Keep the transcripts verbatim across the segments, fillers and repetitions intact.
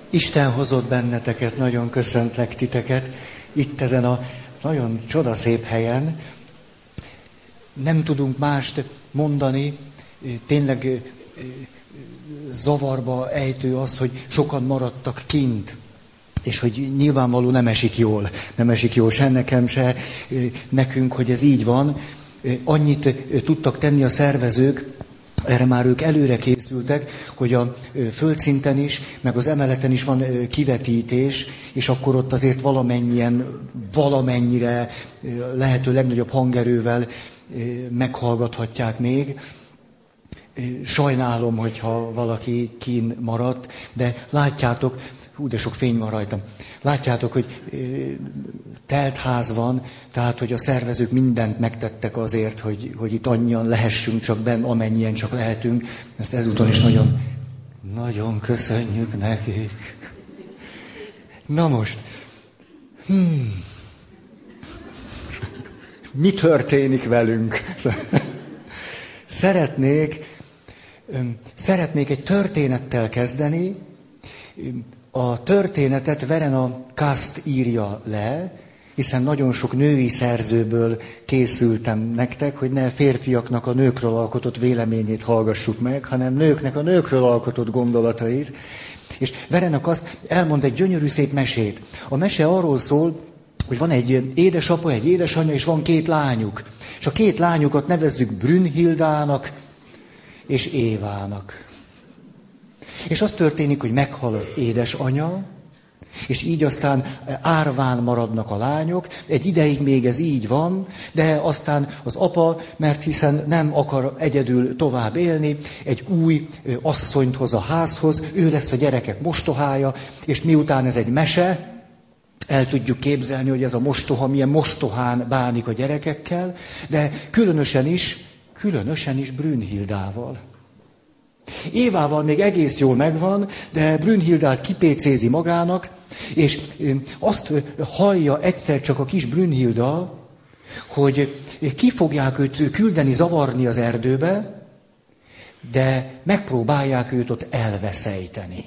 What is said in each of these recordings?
Isten hozott benneteket, nagyon köszöntlek titeket itt ezen a nagyon csodaszép helyen. Nem tudunk mást mondani, tényleg zavarba ejtő az, hogy sokan maradtak kint, és hogy nyilvánvaló nem esik jól, nem esik jól se nekem, se nekünk, hogy ez így van. Annyit tudtak tenni a szervezők, erre már ők előre készültek, hogy a földszinten is, meg az emeleten is van kivetítés, és akkor ott azért valamennyien, valamennyire lehető legnagyobb hangerővel meghallgathatják még. Sajnálom, hogyha valaki kín maradt, de látjátok, hú, de sok fény van rajtam. Látjátok, hogy telt ház van, tehát, hogy a szervezők mindent megtettek azért, hogy, hogy itt annyian lehessünk csak benn, amennyien csak lehetünk. Ezt ezúton is nagyon, nagyon köszönjük nekik. Na most, hmm. mi történik velünk? Szeretnék, szeretnék egy történettel kezdeni. A történetet Verena Kast írja le, hiszen nagyon sok női szerzőből készültem nektek, hogy ne férfiaknak a nőkről alkotott véleményét hallgassuk meg, hanem nőknek a nőkről alkotott gondolatait. És Verena Kast elmond egy gyönyörű szép mesét. A mese arról szól, hogy van egy édesapa, egy édesanyja, és van két lányuk. És a két lányukat nevezzük Brünnhildának és Évának. És az történik, hogy meghal az édesanya, és így aztán árván maradnak a lányok. Egy ideig még ez így van, de aztán az apa, mert hiszen nem akar egyedül tovább élni, egy új asszonyt hoz a házhoz, ő lesz a gyerekek mostohája, és miután ez egy mese, el tudjuk képzelni, hogy ez a mostoha milyen mostohán bánik a gyerekekkel, de különösen is, különösen is Brünnhildával. Évával még egész jól megvan, de Brünnhildát kipécézi magának, és azt hallja egyszer csak a kis Brünnhilda, hogy ki fogják őt küldeni zavarni az erdőbe, de megpróbálják őt ott elveszejteni.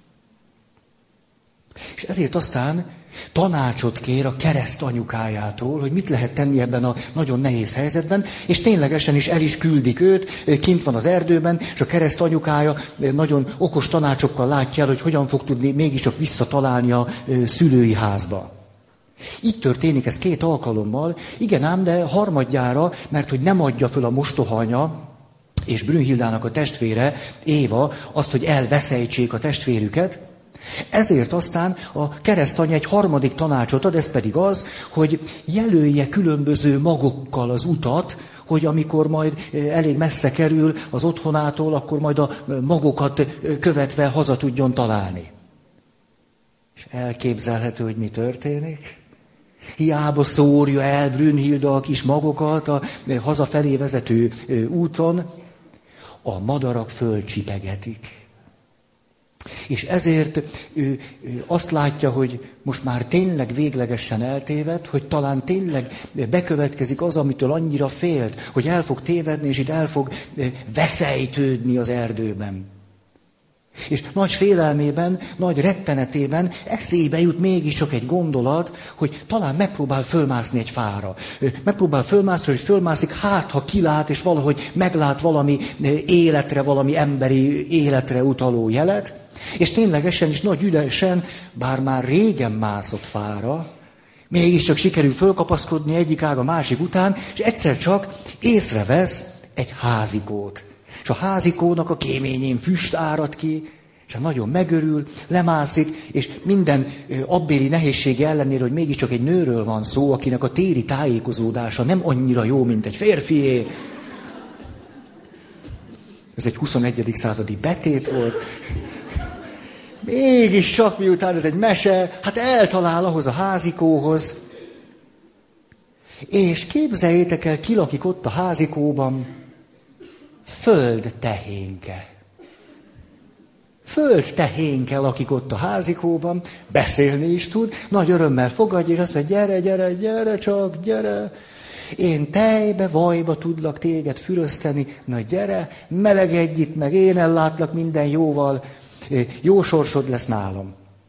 És ezért aztán tanácsot kér a kereszt anyukájától, hogy mit lehet tenni ebben a nagyon nehéz helyzetben, és ténylegesen is el is küldik őt, kint van az erdőben, és a kereszt anyukája nagyon okos tanácsokkal látja el, hogy hogyan fog tudni mégiscsak visszatalálni a szülői házba. Így történik ez két alkalommal, igen ám, de harmadjára, mert hogy nem adja föl a mostohanya, és Brünnhildának a testvére, Éva, azt, hogy elveszejtsék a testvérüket. Ezért aztán a keresztanyja egy harmadik tanácsot ad, ez pedig az, hogy jelölje különböző magokkal az utat, hogy amikor majd elég messze kerül az otthonától, akkor majd a magokat követve haza tudjon találni. És elképzelhető, hogy mi történik. Hiába szórja el Brünnhilda a kis magokat a hazafelé vezető úton, a madarak fölcsipegetik. És ezért ő, ő azt látja, hogy most már tényleg véglegesen eltéved, hogy talán tényleg bekövetkezik az, amitől annyira félt, hogy el fog tévedni, és itt el fog veszejtődni az erdőben. És nagy félelmében, nagy rettenetében eszébe jut mégiscsak egy gondolat, hogy talán megpróbál fölmászni egy fára. Megpróbál fölmászni, hogy fölmászik, hát ha kilát, és valahogy meglát valami életre, valami emberi életre utaló jelet, és ténylegesen is nagy üresen, bár már régen mászott fára, mégiscsak sikerül fölkapaszkodni egyik ág a másik után, és egyszer csak észrevesz egy házikót. És a házikónak a kéményén füst árad ki, és nagyon megörül, lemászik, és minden abbéli nehézsége ellenére, hogy mégiscsak egy nőről van szó, akinek a téri tájékozódása nem annyira jó, mint egy férfié. Ez egy huszonegyedik századi betét volt. Mégis csak miután ez egy mese, hát eltalál ahhoz a házikóhoz. És képzeljétek el, ki lakik ott a házikóban? Földtehénke. Földtehénke lakik ott a házikóban, beszélni is tud, nagy örömmel fogadja, és azt mondja, gyere, gyere, gyere csak, gyere. Én tejbe, vajba tudlak téged fürözteni, na gyere, melegedj itt meg, én ellátlak minden jóval, jó sorsod lesz nálam.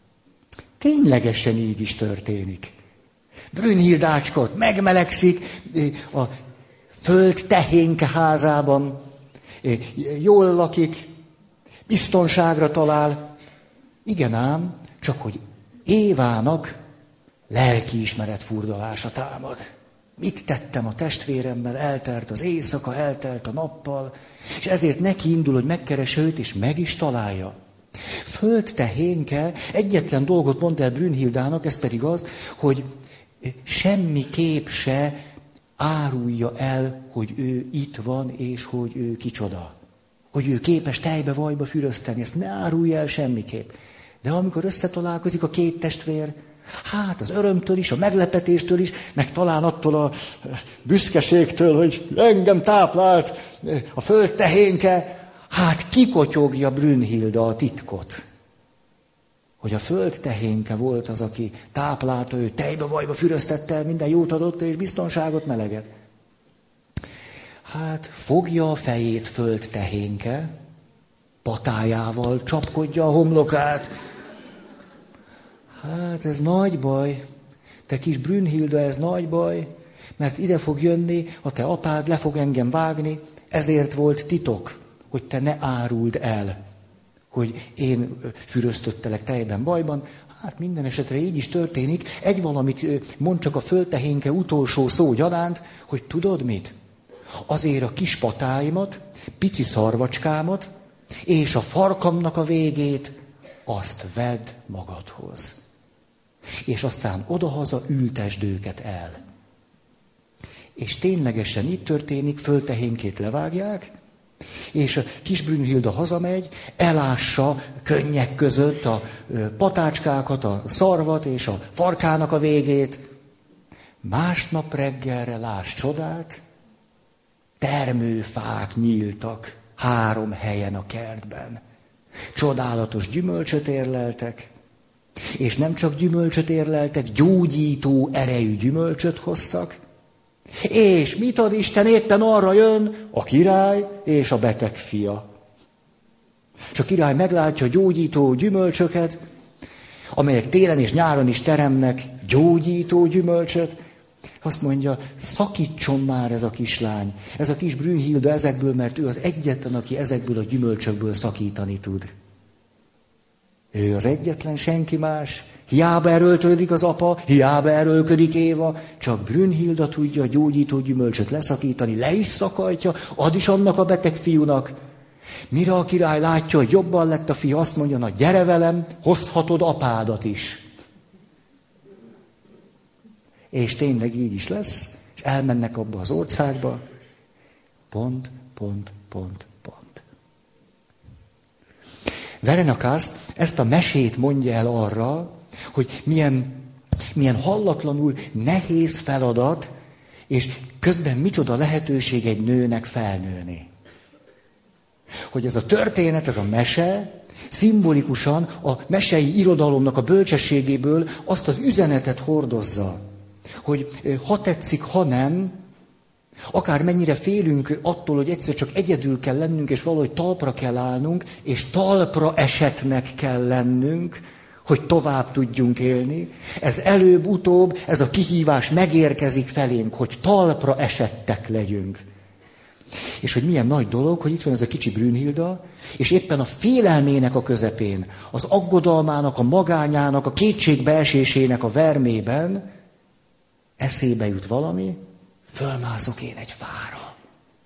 Ténylegesen így is történik. Brünnhildácskot megmelegszik a föld tehénke házában, jól lakik, biztonságra talál. Igen ám, csak hogy Évának lelkiismeret furdalása támad. Mit tettem a testvéremmel, eltelt az éjszaka, eltelt a nappal, és ezért neki indul, hogy megkeresse őt, és meg is találja. Föld tehénke egyetlen dolgot mond el Brünnhildának, ez pedig az, hogy semmiképp se árulja el, hogy ő itt van, és hogy ő kicsoda. Hogy ő képes tejbe-vajba fürözteni, ezt ne árulja el semmiképp. De amikor összetalálkozik a két testvér, hát az örömtől is, a meglepetéstől is, meg talán attól a büszkeségtől, hogy engem táplált a föld tehénke, hát kikotyogja Brünnhilda a titkot. Hogy a föld tehénke volt az, aki táplálta ő, tejbe-vajba füröztette, minden jót adott, és biztonságot, meleget. Hát fogja a fejét föld tehénke, patájával csapkodja a homlokát. Hát ez nagy baj, te kis Brünnhilda, ez nagy baj, mert ide fog jönni, a te apád le fog engem vágni, ezért volt titok, hogy te ne áruld el, hogy én füröztöttelek tejben bajban. Hát minden esetre így is történik. Egy valamit mond csak a földtehénke utolsó szó gyanánt, hogy tudod mit? Azért a kis patáimat, pici szarvacskámat, és a farkamnak a végét, azt vedd magadhoz. És aztán odahaza ültesd őket el. És ténylegesen itt történik, földtehénkét levágják, és a kis Brünnhilda hazamegy, elássa könnyek között a patácskákat, a szarvat és a farkának a végét. Másnap reggelre láss csodát, termőfák nyíltak három helyen a kertben. Csodálatos gyümölcsöt érleltek, és nem csak gyümölcsöt érleltek, gyógyító erejű gyümölcsöt hoztak, és mit ad Isten, éppen arra jön a király és a beteg fia. És a király meglátja a gyógyító gyümölcsöket, amelyek télen és nyáron is teremnek gyógyító gyümölcsöt, azt mondja, szakítson már ez a kislány, ez a kis Brünnhilda ezekből, mert ő az egyetlen, aki ezekből a gyümölcsökből szakítani tud. Ő az egyetlen, senki más. Hiába erőlködik az apa, hiába erőlködik Éva, csak Brünnhilda tudja a gyógyító gyümölcsöt leszakítani, le is szakajtja, ad is annak a beteg fiúnak. Mire a király látja, hogy jobban lett a fiú, azt mondja, na gyere velem, hozhatod apádat is. És tényleg így is lesz, és elmennek abba az országba. Pont, pont, pont, pont. Verenakász ezt a mesét mondja el arra, hogy milyen, milyen hallatlanul nehéz feladat, és közben micsoda lehetőség egy nőnek felnőni. Hogy ez a történet, ez a mese, szimbolikusan a mesei irodalomnak a bölcsességéből azt az üzenetet hordozza, hogy ha tetszik, ha nem, akár mennyire félünk attól, hogy egyszer csak egyedül kell lennünk, és valahogy talpra kell állnunk, és talpra esetnek kell lennünk, hogy tovább tudjunk élni. Ez előbb-utóbb, ez a kihívás megérkezik felénk, hogy talpra esettek legyünk. És hogy milyen nagy dolog, hogy itt van ez a kicsi Brünnhilda, és éppen a félelmének a közepén, az aggodalmának, a magányának, a kétségbeesésének a vermében eszébe jut valami, fölmászok én egy fára.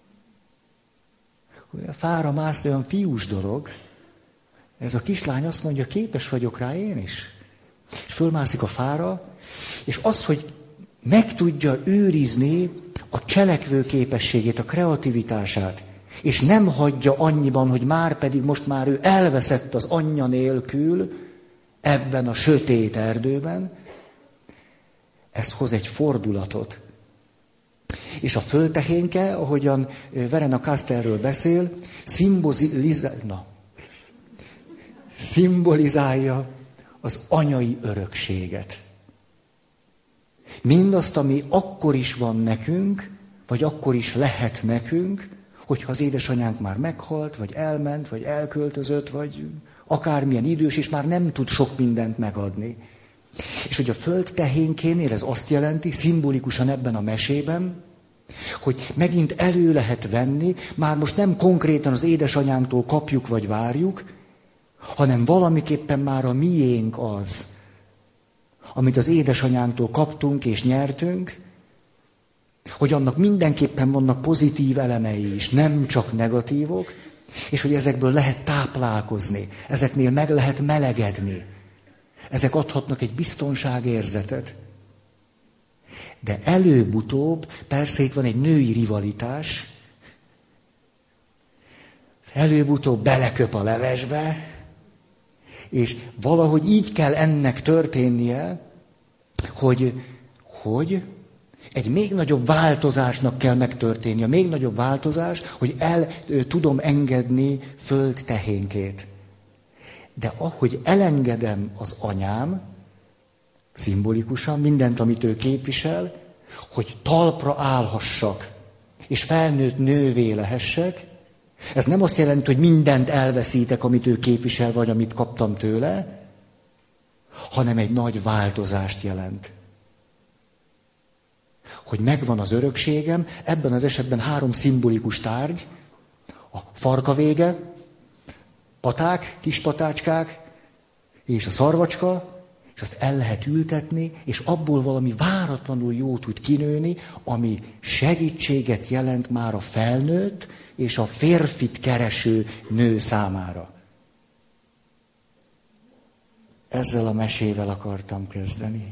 A fára mász olyan fiús dolog, ez a kislány azt mondja, képes vagyok rá én is. És fölmászik a fára, és az, hogy meg tudja őrizni a cselekvő képességét, a kreativitását, és nem hagyja annyiban, hogy már pedig most már ő elveszett az anyja nélkül ebben a sötét erdőben, ez hoz egy fordulatot. És a földtehénke, ahogyan Verenakász erről beszél, szimbolizál, na, szimbolizálja az anyai örökséget. Mindazt, ami akkor is van nekünk, vagy akkor is lehet nekünk, hogyha az édesanyánk már meghalt, vagy elment, vagy elköltözött, vagy akármilyen idős, és már nem tud sok mindent megadni. hogy a föld tehénkénél ez azt jelenti, szimbolikusan ebben a mesében, hogy megint elő lehet venni, már most nem konkrétan az édesanyánktól kapjuk vagy várjuk, hanem valamiképpen már a miénk az, amit az édesanyánktól kaptunk és nyertünk, hogy annak mindenképpen vannak pozitív elemei is, nem csak negatívok, és hogy ezekből lehet táplálkozni, ezeknél meg lehet melegedni. Ezek adhatnak egy biztonságérzetet. De előbb-utóbb, persze itt van egy női rivalitás, előbb-utóbb beleköp a levesbe, és valahogy így kell ennek történnie, hogy, hogy egy még nagyobb változásnak kell megtörténnie, a még nagyobb változás, hogy el tudom engedni föld tehénkét. De ahogy elengedem az anyám, szimbolikusan mindent, amit ő képvisel, hogy talpra állhassak, és felnőtt nővé lehessek, ez nem azt jelenti, hogy mindent elveszítek, amit ő képvisel, vagy amit kaptam tőle, hanem egy nagy változást jelent. Hogy megvan az örökségem, ebben az esetben három szimbolikus tárgy, a farka vége, paták, kis patácskák, és a szarvacska, és azt el lehet ültetni, és abból valami váratlanul jó tud kinőni, ami segítséget jelent már a felnőtt és a férfit kereső nő számára. Ezzel a mesével akartam kezdeni.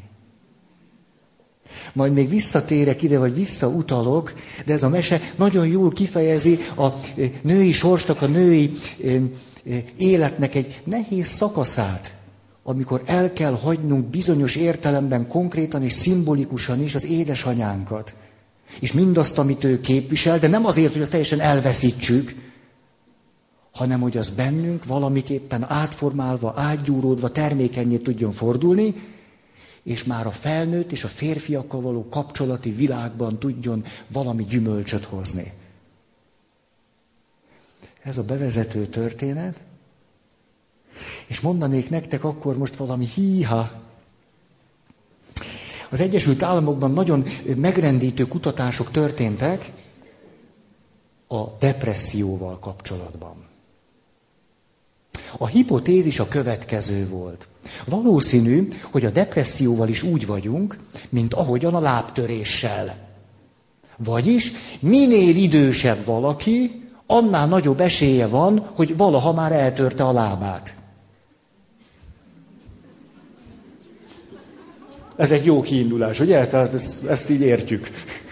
Majd még visszatérek ide, vagy visszautalok, de ez a mese nagyon jól kifejezi a női sorsnak, a női életnek egy nehéz szakaszát, amikor el kell hagynunk bizonyos értelemben konkrétan és szimbolikusan is az édesanyánkat. És mindazt, amit ő képvisel, de nem azért, hogy azt teljesen elveszítsük, hanem hogy az bennünk valamiképpen átformálva, átgyúródva, termékenyé tudjon fordulni, és már a felnőtt és a férfiakkal való kapcsolati világban tudjon valami gyümölcsöt hozni. Ez a bevezető történet. És mondanék nektek akkor most valami híha. Az Egyesült Államokban nagyon megrendítő kutatások történtek a depresszióval kapcsolatban. A hipotézis a következő volt. Valószínű, hogy a depresszióval is úgy vagyunk, mint ahogyan a lábtöréssel. Vagyis minél idősebb valaki, annál nagyobb esélye van, hogy valaha már eltörte a lábát. Ez egy jó kiindulás, ugye? Tehát ezt, ezt így értjük.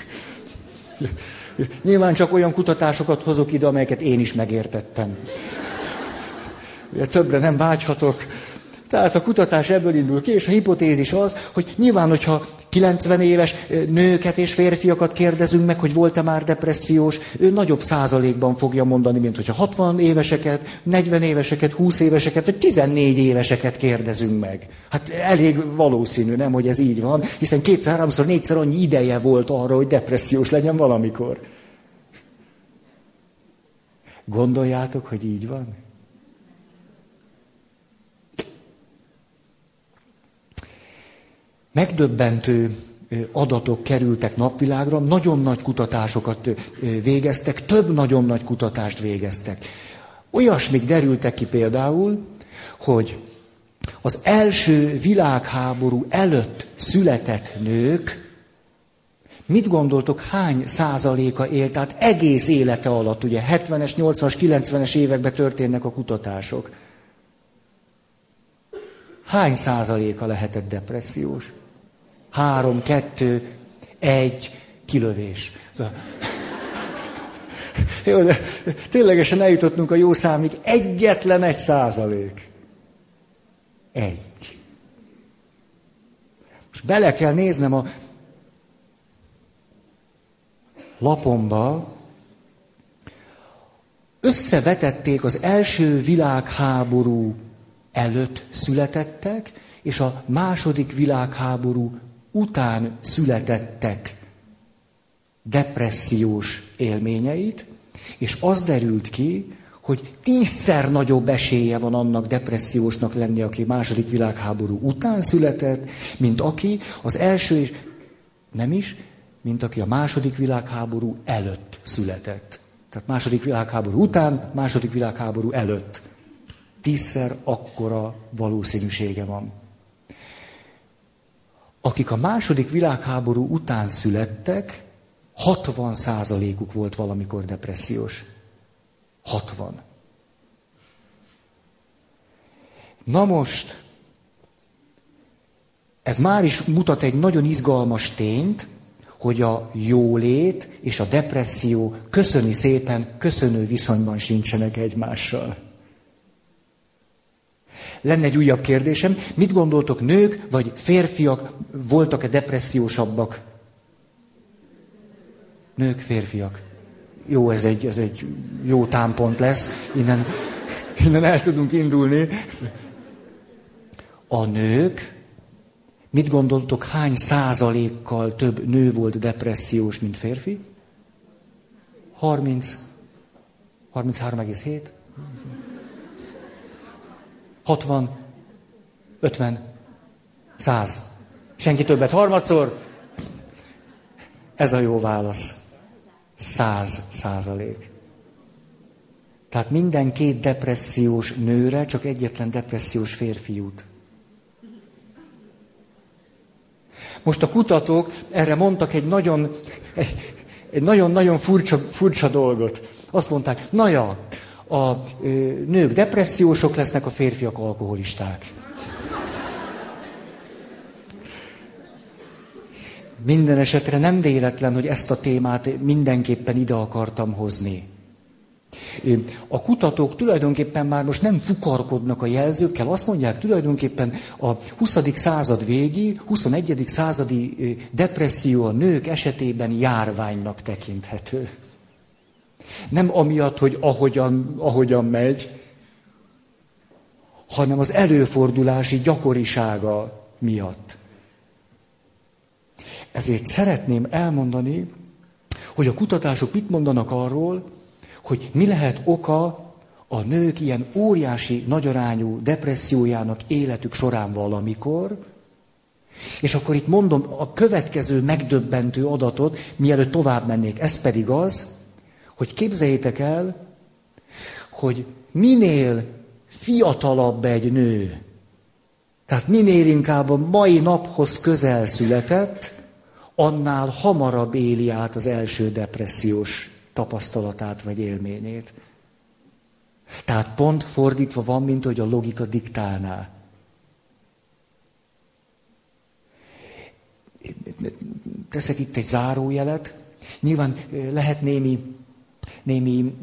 Nyilván csak olyan kutatásokat hozok ide, amelyeket én is megértettem. Ugye, többre nem vágyhatok. Tehát a kutatás ebből indul ki, és a hipotézis az, hogy nyilván, hogyha kilencven éves nőket és férfiakat kérdezünk meg, hogy volt-e már depressziós, ő nagyobb százalékban fogja mondani, mint hogyha hatvan éveseket, negyven éveseket, húsz éveseket, vagy tizennégy éveseket kérdezünk meg. Hát elég valószínű, nem, hogy ez így van, hiszen kétszer, háromszor, négyszer annyi ideje volt arra, hogy depressziós legyen valamikor. Gondoljátok, hogy így van? Megdöbbentő adatok kerültek napvilágra, nagyon nagy kutatásokat végeztek, több nagyon nagy kutatást végeztek. Olyasmik derültek ki például, hogy az első világháború előtt született nők, mit gondoltok, hány százaléka élt, tehát egész élete alatt, ugye hetvenes, nyolcvanas, kilencvenes években történnek a kutatások. Hány százaléka lehetett depressziós? Három, kettő, egy, kilövés. Jó, de ténylegesen eljutottunk a jó számig. Egyetlen egy százalék. Egy. Most bele kell néznem a lapomba. Összevetették az első világháború előtt születettek, és a második világháború után születettek depressziós élményeit, és az derült ki, hogy tízszer nagyobb esélye van annak depressziósnak lenni, aki második világháború után született, mint aki az első és nem is, mint aki a második világháború előtt született. Tehát második világháború után, második világháború előtt. Tízszer akkora valószínűsége van. Akik a második világháború után születtek, hatvan százalékuk volt valamikor depressziós. hatvan. Na most, ez már is mutat egy nagyon izgalmas tényt, hogy a jólét és a depresszió köszöni szépen, köszönő viszonyban sincsenek egymással. Lenne egy újabb kérdésem, mit gondoltok, nők vagy férfiak voltak-e depressziósabbak? Nők, férfiak. Jó, ez egy, ez egy jó támpont lesz, innen, innen el tudunk indulni. A nők, mit gondoltok, hány százalékkal több nő volt depressziós, mint férfi? harminc, harminchárom egész hét? hatvan, ötven, száz. Senki többet harmadszor? Ez a jó válasz. Száz százalék. Tehát minden két depressziós nőre csak egyetlen depressziós férfi jut. Most a kutatók erre mondtak egy nagyon, egy, egy nagyon-nagyon furcsa, furcsa dolgot. Azt mondták, na ja, a ö, nők depressziósok lesznek, a férfiak alkoholisták. Minden esetre nem véletlen, hogy ezt a témát mindenképpen ide akartam hozni. A kutatók tulajdonképpen már most nem fukarkodnak a jelzőkkel, azt mondják, tulajdonképpen a huszadik század végi, huszonegyedik századi depresszió a nők esetében járványnak tekinthető. Nem amiatt, hogy ahogyan, ahogyan megy, hanem az előfordulási gyakorisága miatt. Ezért szeretném elmondani, hogy a kutatások mit mondanak arról, hogy mi lehet oka a nők ilyen óriási, nagyarányú depressziójának életük során valamikor, és akkor itt mondom a következő megdöbbentő adatot, mielőtt tovább mennék, ez pedig az, hogy képzeljétek el, hogy minél fiatalabb egy nő, tehát minél inkább a mai naphoz közel született, annál hamarabb éli át az első depressziós tapasztalatát vagy élményét. Tehát pont fordítva van, mint hogy a logika diktálná. Teszek itt egy zárójelet. Nyilván lehet némi, némi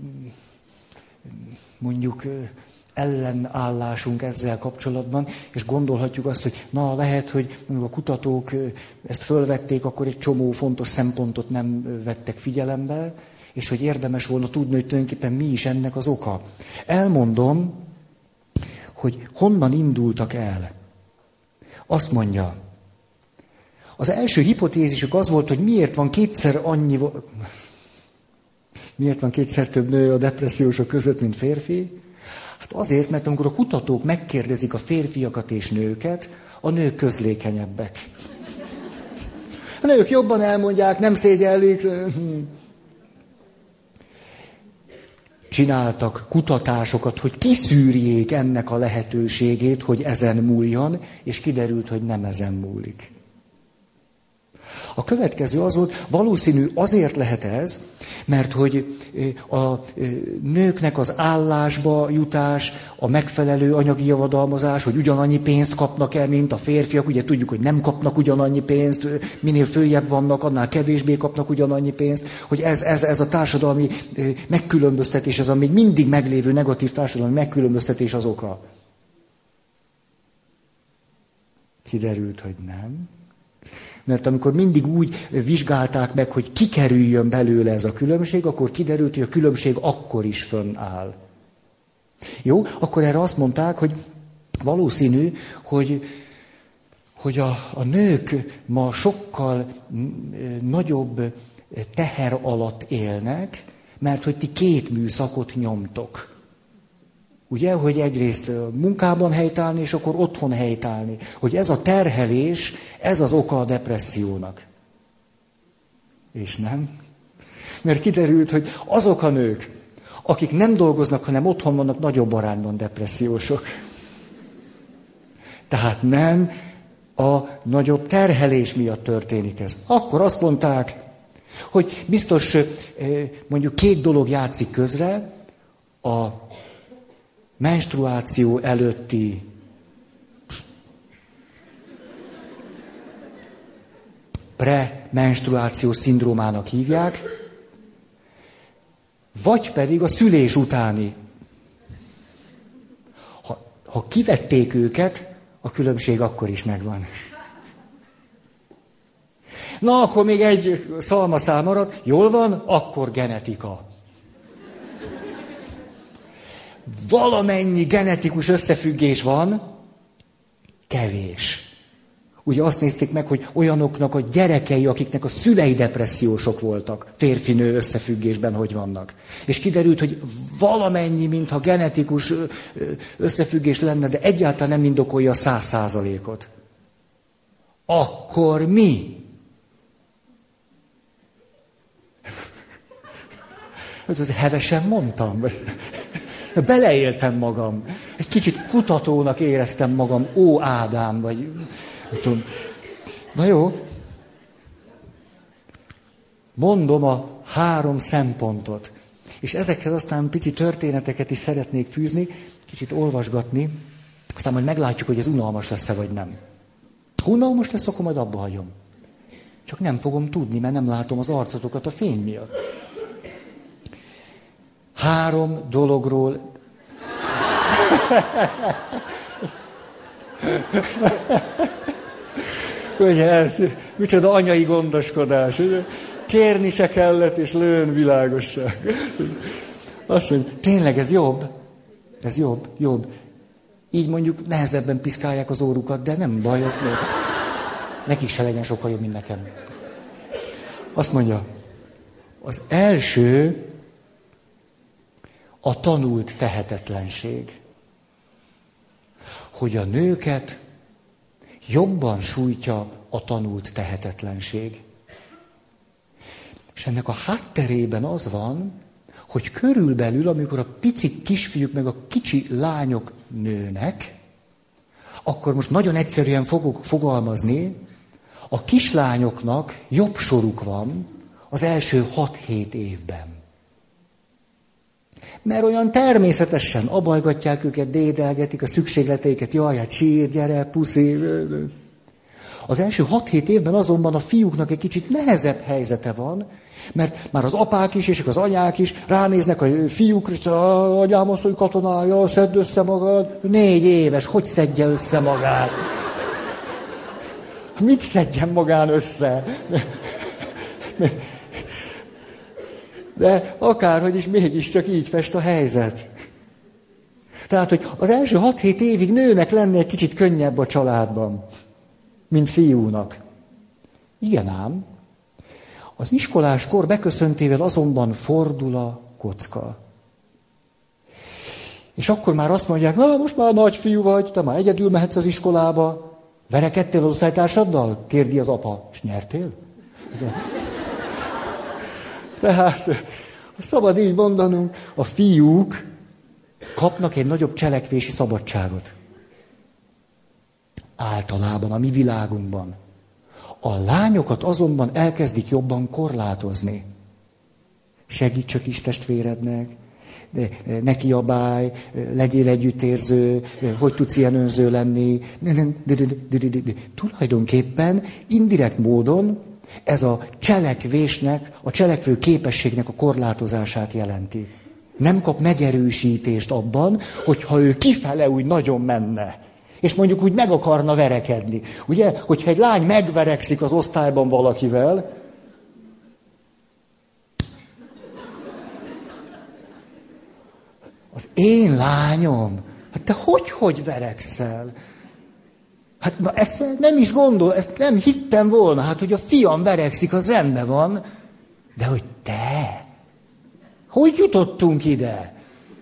mondjuk ellenállásunk ezzel kapcsolatban, és gondolhatjuk azt, hogy na, lehet, hogy a kutatók ezt fölvették, akkor egy csomó fontos szempontot nem vettek figyelembe, és hogy érdemes volna tudni, hogy tulajdonképpen mi is ennek az oka. Elmondom, hogy honnan indultak el. Azt mondja, az első hipotézisük az volt, hogy miért van kétszer annyi, miért van kétszer több nő a depressziósok között, mint férfi. Hát azért, mert amikor a kutatók megkérdezik a férfiakat és nőket, a nők közlékenyebbek. A nők jobban elmondják, nem szégyellik. Csináltak kutatásokat, hogy kiszűrjék ennek a lehetőségét, hogy ezen múljon, és kiderült, hogy nem ezen múlik. A következő az volt, valószínű azért lehet ez, mert hogy a nőknek az állásba jutás, a megfelelő anyagi javadalmazás, hogy ugyanannyi pénzt kapnak el, mint a férfiak, ugye tudjuk, hogy nem kapnak ugyanannyi pénzt, minél följebb vannak, annál kevésbé kapnak ugyanannyi pénzt, hogy ez, ez, ez a társadalmi megkülönböztetés, ez a még mindig meglévő negatív társadalmi megkülönböztetés az oka. Kiderült, hogy nem. Mert amikor mindig úgy vizsgálták meg, hogy kikerüljön belőle ez a különbség, akkor kiderült, hogy a különbség akkor is fönnáll. Jó, akkor erre azt mondták, hogy valószínű, hogy, hogy a, a nők ma sokkal nagyobb teher alatt élnek, mert hogy ti két műszakot nyomtok. Ugye, hogy egyrészt munkában helytállni, és akkor otthon helytállni. Hogy ez a terhelés, ez az oka a depressziónak. És nem. Mert kiderült, hogy azok a nők, akik nem dolgoznak, hanem otthon vannak, nagyobb arányban depressziósok. Tehát nem a nagyobb terhelés miatt történik ez. Akkor azt mondták, hogy biztos mondjuk két dolog játszik közre, a menstruáció előtti premenstruáció szindrómának hívják, vagy pedig a szülés utáni. Ha, ha kivették őket, a különbség akkor is megvan. Na, akkor még egy szalmaszál marad, jól van, akkor genetika. Valamennyi genetikus összefüggés van, kevés. Ugye azt nézték meg, hogy olyanoknak a gyerekei, akiknek a szülei depressziósok voltak, férfinő összefüggésben hogy vannak. És kiderült, hogy valamennyi, mintha genetikus összefüggés lenne, de egyáltalán nem indokolja a száz százalékot. Akkor mi? Ez hevesen mondtam. Beleéltem magam. Egy kicsit kutatónak éreztem magam, ó Ádám, vagy... Tudom. Na jó. Mondom a három szempontot. És ezekhez aztán pici történeteket is szeretnék fűzni, kicsit olvasgatni, aztán majd meglátjuk, hogy ez unalmas lesz-e, vagy nem. Ha unalmas lesz, akkor majd abba hagyom. Csak nem fogom tudni, mert nem látom az arcotokat a fény miatt. Három dologról... Ugye ez, micsoda anyai gondoskodás. Ugye? Kérni se kellett, és lőn világosság. Azt mondja, tényleg ez jobb? Ez jobb, jobb. Így mondjuk nehezebben piszkálják az órukat, de nem baj, az még. Nekik se legyen sokkal jobb, mint nekem. Azt mondja, az első a tanult tehetetlenség. Hogy a nőket jobban sújtja a tanult tehetetlenség. És ennek a hátterében az van, hogy körülbelül, amikor a pici kisfiúk meg a kicsi lányok nőnek, akkor most nagyon egyszerűen fogok fogalmazni, a kislányoknak jobb soruk van az első hat-hét évben. Mert olyan természetesen abajgatják őket, dédelgetik a szükségleteiket, jaj, hát sír, gyere, puszi. Az első hat-hét évben azonban a fiúknak egy kicsit nehezebb helyzete van, mert már az apák is, és az anyák is ránéznek a fiúkra, és anyám azt, hogy katonája, szedd össze magad. Négy éves, hogy szedje össze magát? Mit szedjen magán össze? De akárhogy is mégiscsak így fest a helyzet. Tehát, hogy az első hat-hét évig nőnek lenni egy kicsit könnyebb a családban, mint fiúnak. Igen ám. Az iskolás kor beköszöntével azonban fordul a kocka. És akkor már azt mondják, na most már nagy fiú vagy, te már egyedül mehetsz az iskolába. Verekedtél az osztálytársaddal? Kérdi az apa. És nyertél? Tehát, szabad így mondanunk, a fiúk kapnak egy nagyobb cselekvési szabadságot. Általában a mi világunkban. A lányokat azonban elkezdik jobban korlátozni. Segíts csak is testvérednek, de ne kiabálj, legyél együttérző, hogy tudsz ilyen önző lenni. Tulajdonképpen indirekt módon ez a cselekvésnek, a cselekvő képességnek a korlátozását jelenti. Nem kap megerősítést abban, hogyha ő kifele úgy nagyon menne. És mondjuk úgy meg akarna verekedni. Ugye, hogyha egy lány megverekszik az osztályban valakivel, az én lányom, hát te hogy-hogy verekszel? Hát na, ezt nem is gondol, ezt nem hittem volna. Hát, hogy a fiam verekszik, az rendben van. De hogy te, Hogy jutottunk ide?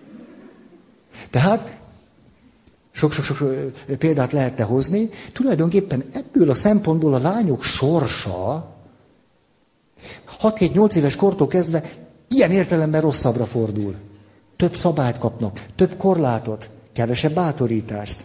Tehát sok-sok-sok példát lehetne hozni. Tulajdonképpen ebből a szempontból a lányok sorsa hat-hét-nyolc éves kortól kezdve ilyen értelemben rosszabbra fordul. Több szabályt kapnak, több korlátot, kevesebb bátorítást.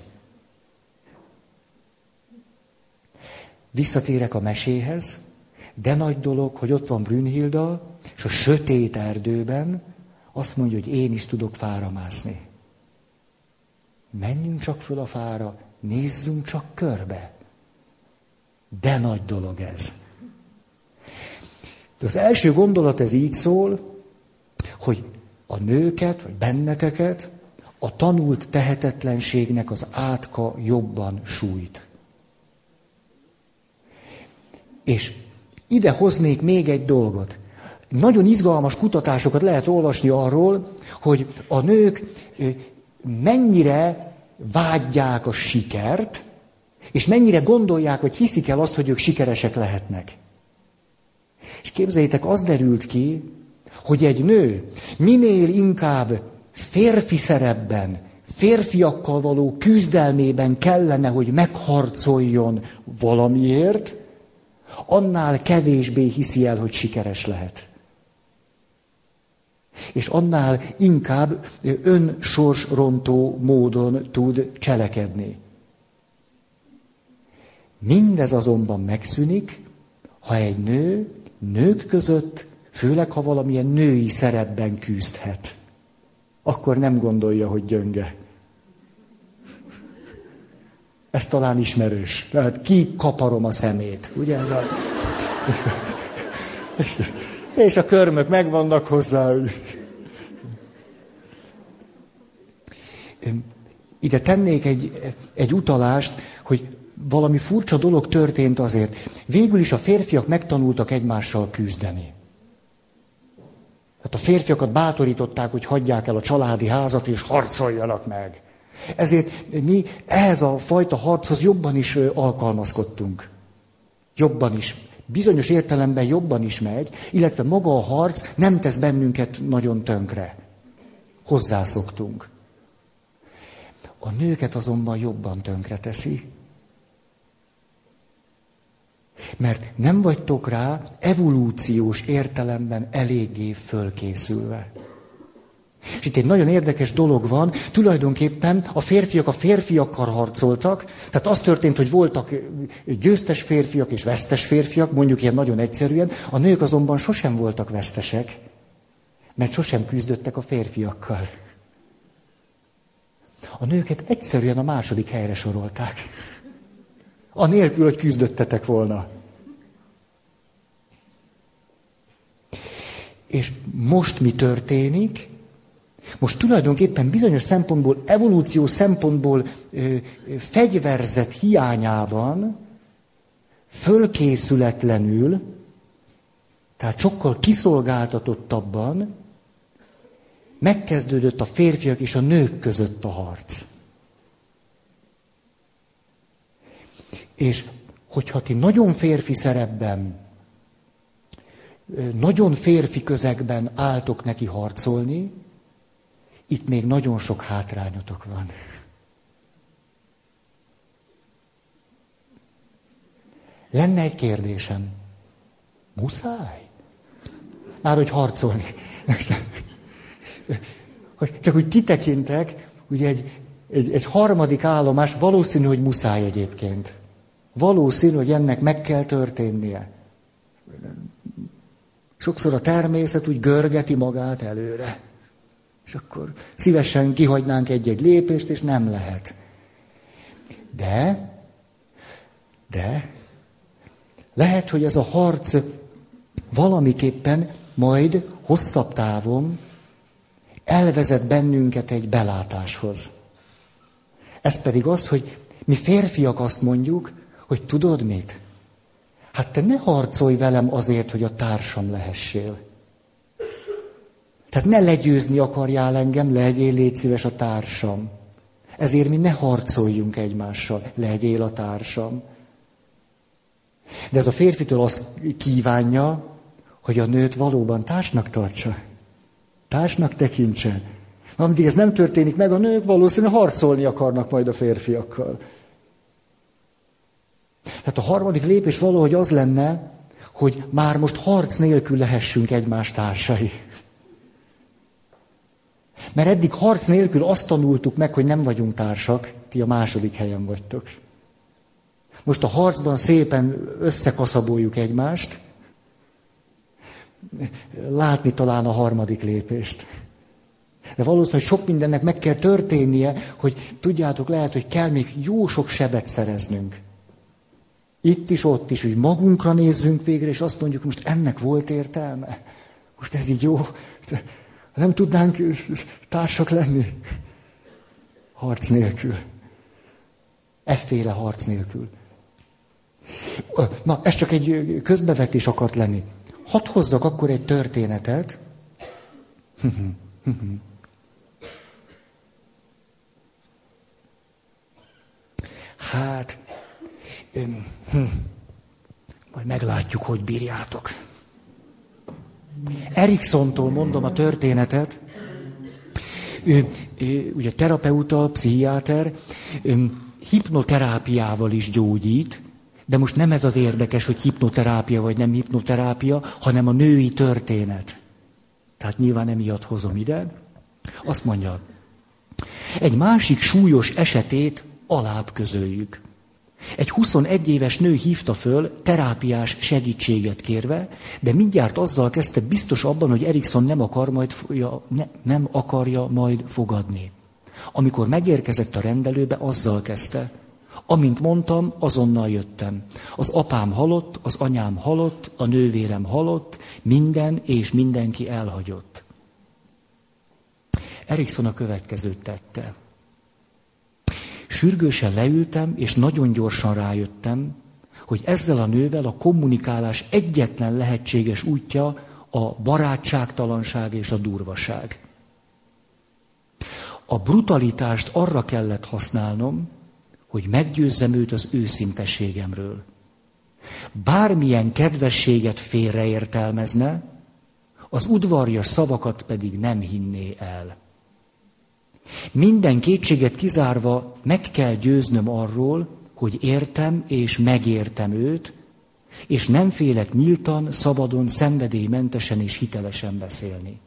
Visszatérek a meséhez, de nagy dolog, hogy ott van Brünnhilda, és a sötét erdőben azt mondja, hogy én is tudok fára mászni. Menjünk csak föl a fára, nézzünk csak körbe. De nagy dolog ez. De az első gondolat ez így szól, hogy a nőket, vagy benneteket a tanult tehetetlenségnek az átka jobban sújt. És ide hoznék még egy dolgot. Nagyon izgalmas kutatásokat lehet olvasni arról, hogy a nők mennyire vágyják a sikert, és mennyire gondolják, vagy hiszik el azt, hogy ők sikeresek lehetnek. És képzeljétek, az derült ki, hogy egy nő minél inkább férfi szerepben, férfiakkal való küzdelmében kellene, hogy megharcoljon valamiért, annál kevésbé hiszi el, hogy sikeres lehet. És annál inkább önsorsrontó módon tud cselekedni. Mindez azonban megszűnik, ha egy nő nők között, főleg ha valamilyen női szerepben küzdhet. Akkor nem gondolja, hogy gyönge. Ez talán ismerős. Tehát kikaparom a szemét. Ugye ez a... És a körmök megvannak hozzá. Ide tennék egy, egy utalást, hogy valami furcsa dolog történt azért. Végül is a férfiak megtanultak egymással küzdeni. Hát a férfiakat bátorították, hogy hagyják el a családi házat, és harcoljanak meg. Ezért mi ehhez a fajta harchoz jobban is alkalmazkodtunk. Jobban is. Bizonyos értelemben jobban is megy, illetve maga a harc nem tesz bennünket nagyon tönkre. Hozzászoktunk. A nőket azonban jobban tönkre teszi. Mert nem vagytok rá evolúciós értelemben eléggé fölkészülve. És itt egy nagyon érdekes dolog van, tulajdonképpen a férfiak a férfiakkal harcoltak, tehát az történt, hogy voltak győztes férfiak és vesztes férfiak, mondjuk ilyen nagyon egyszerűen, a nők azonban sosem voltak vesztesek, mert sosem küzdöttek a férfiakkal. A nőket egyszerűen a második helyre sorolták. Anélkül, hogy küzdöttetek volna. És most mi történik? Most tulajdonképpen bizonyos szempontból, evolúciós szempontból ö, fegyverzet hiányában, fölkészületlenül, tehát sokkal kiszolgáltatottabban megkezdődött a férfiak és a nők között a harc. És hogyha ti nagyon férfi szerepben, nagyon férfi közegben álltok neki harcolni, itt még nagyon sok hátrányotok van. Lenne egy kérdésem. Muszáj? Már hogy harcolni. Csak úgy kitekintek, ugye egy, egy, egy harmadik állomás, valószínű, hogy muszáj egyébként. Valószínű, hogy ennek meg kell történnie. Sokszor a természet úgy görgeti magát előre. És akkor szívesen kihagynánk egy-egy lépést, és nem lehet. De, de, lehet, hogy ez a harc valamiképpen majd hosszabb távon elvezet bennünket egy belátáshoz. Ez pedig az, hogy mi férfiak azt mondjuk, hogy tudod mit? Hát te ne harcolj velem azért, hogy a társam lehessél. Tehát ne legyőzni akarjál engem, legyél, légy szíves a társam. Ezért mi ne harcoljunk egymással, legyél a társam. De ez a férfitől azt kívánja, hogy a nőt valóban társnak tartsa. Társnak tekintse. Amíg ez nem történik meg, a nők valószínűleg harcolni akarnak majd a férfiakkal. Tehát a harmadik lépés valahogy az lenne, hogy már most harc nélkül lehessünk egymás társai. Mert eddig harc nélkül azt tanultuk meg, hogy nem vagyunk társak, ti a második helyen vagytok. Most a harcban szépen összekaszaboljuk egymást, látni talán a harmadik lépést. De valószínűleg sok mindennek meg kell történnie, hogy tudjátok, lehet, hogy kell még jó sok sebet szereznünk. Itt is, ott is, hogy magunkra nézzünk végre, és azt mondjuk, most ennek volt értelme. Most ez így jó. Nem tudnánk társak lenni? Harc nélkül. Efféle harc nélkül. Na, ez csak egy közbevetés akart lenni. Hadd hozzak akkor egy történetet. Hát, öm, hm, majd meglátjuk, hogy bírjátok. Ericksontól mondom a történetet. Ő, ő, ugye terapeuta, pszichiáter, öm, hipnoterápiával is gyógyít, de most nem ez az érdekes, hogy hipnoterápia vagy nem hipnoterápia, hanem a női történet. Tehát nyilván emiatt hozom ide. Azt mondja, egy másik súlyos esetét alább közöljük. Egy huszonegy éves nő hívta föl terápiás segítséget kérve, de mindjárt azzal kezdte biztos abban, hogy Erickson nem, akar majd, ne, nem akarja majd fogadni. Amikor megérkezett a rendelőbe, azzal kezdte. Amint mondtam, azonnal jöttem. Az apám halott, az anyám halott, a nővérem halott, minden és mindenki elhagyott. Erickson a következőt tette. Sürgősen leültem, és nagyon gyorsan rájöttem, hogy ezzel a nővel a kommunikálás egyetlen lehetséges útja a barátságtalanság és a durvaság. A brutalitást arra kellett használnom, hogy meggyőzzem őt az őszintességemről. Bármilyen kedvességet félreértelmezne, az udvarjas szavakat pedig nem hinné el. Minden kétséget kizárva meg kell győznöm arról, hogy értem és megértem őt, és nem félek nyíltan, szabadon, szenvedélymentesen és hitelesen beszélni.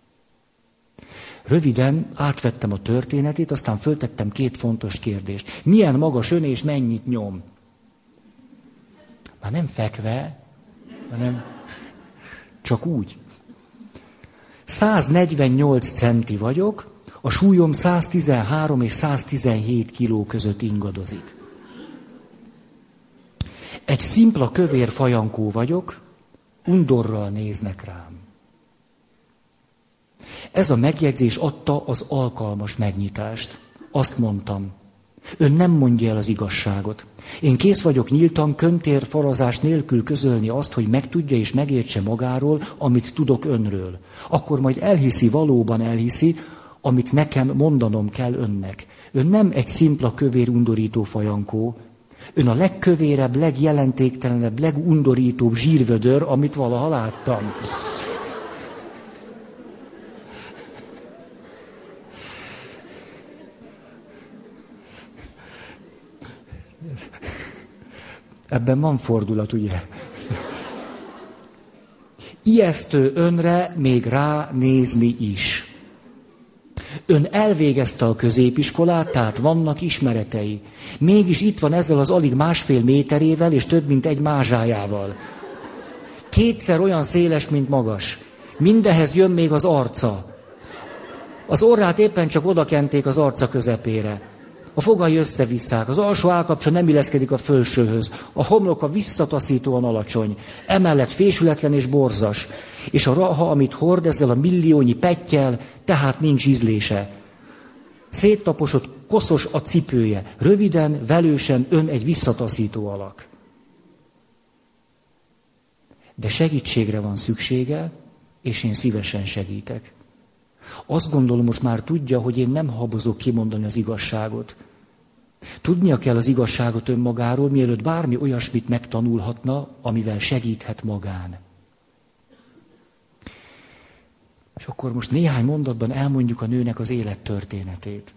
Röviden átvettem a történetét, aztán föltettem két fontos kérdést. Milyen magas ön és mennyit nyom? Már nem fekve, hanem csak úgy. száznegyvennyolc centi vagyok, a súlyom száztizenhárom és száztizenhét kiló között ingadozik. Egy szimpla kövér fajankó vagyok, undorral néznek rám. Ez a megjegyzés adta az alkalmas megnyitást. Azt mondtam, ön nem mondja el az igazságot. Én kész vagyok nyíltan, köntérfarazás nélkül közölni azt, hogy megtudja és megértse magáról, amit tudok önről. Akkor majd elhiszi, valóban elhiszi, amit nekem mondanom kell önnek. Ön nem egy szimpla kövér undorító fajankó. Ön a legkövérebb, legjelentéktelenebb, legundorítóbb zsírvödör, amit valaha láttam. Ebben van fordulat, ugye? Ijesztő önre még ránézni is. Ön elvégezte a középiskolát, tehát vannak ismeretei. Mégis itt van ezzel az alig másfél méterével és több mint egy mázsájával. Kétszer olyan széles, mint magas. Mindehez jön még az arca. Az orrát éppen csak odakenték az arca közepére. A fogai összevisszák, az alsó állkapcsa nem illeszkedik a felsőhöz, a homloka visszataszítóan alacsony, emellett fésületlen és borzas, és a raha, amit hord ezzel a milliónyi pettyel, tehát nincs ízlése. Széttaposott, koszos a cipője, röviden, velősen ön egy visszataszító alak. De segítségre van szüksége, és én szívesen segítek. Azt gondolom, most már tudja, hogy én nem habozok kimondani az igazságot. Tudnia kell az igazságot önmagáról, mielőtt bármi olyasmit megtanulhatna, amivel segíthet magán. És akkor most néhány mondatban elmondjuk a nőnek az élettörténetét.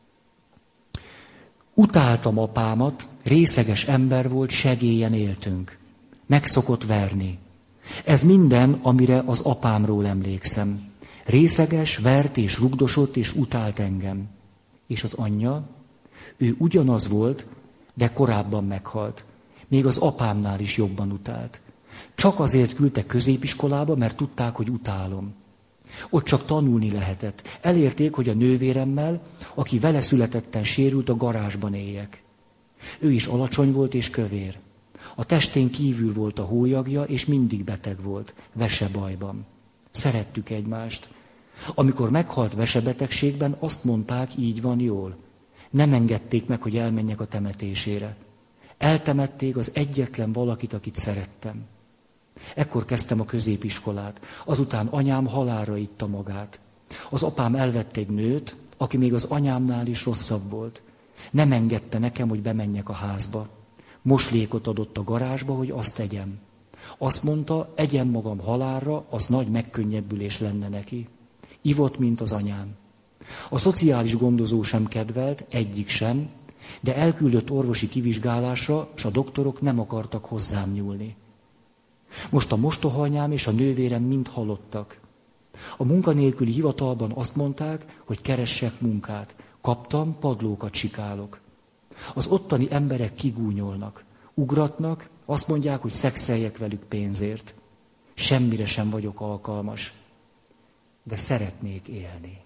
Utáltam apámat, részeges ember volt, segélyen éltünk. Meg szokott verni. Ez minden, amire az apámról emlékszem. Részeges, vert és rugdosott és utált engem. És az anyja, ő ugyanaz volt, de korábban meghalt. Még az apámnál is jobban utált. Csak azért küldtek középiskolába, mert tudták, hogy utálom. Ott csak tanulni lehetett. Elérték, hogy a nővéremmel, aki vele születetten sérült, a garázsban éljek. Ő is alacsony volt és kövér. A testén kívül volt a hólyagja, és mindig beteg volt, vesebajban. Szerettük egymást. Amikor meghalt vesebetegségben, azt mondták, így van jól. Nem engedték meg, hogy elmenjek a temetésére. Eltemették az egyetlen valakit, akit szerettem. Ekkor kezdtem a középiskolát. Azután anyám halálra itta magát. Az apám elvett egy nőt, aki még az anyámnál is rosszabb volt. Nem engedte nekem, hogy bemenjek a házba. Moslékot adott a garázsba, hogy azt tegyem. Azt mondta, egyem magam halálra, az nagy megkönnyebbülés lenne neki. Ivott, mint az anyám. A szociális gondozó sem kedvelt, egyik sem, de elküldött orvosi kivizsgálásra, s a doktorok nem akartak hozzám nyúlni. Most a mostohaanyám és a nővérem mind halottak. A munkanélküli hivatalban azt mondták, hogy keressek munkát. Kaptam, padlókat sikálok. Az ottani emberek kigúnyolnak, ugratnak, azt mondják, hogy szexeljek velük pénzért. Semmire sem vagyok alkalmas, de szeretnék élni.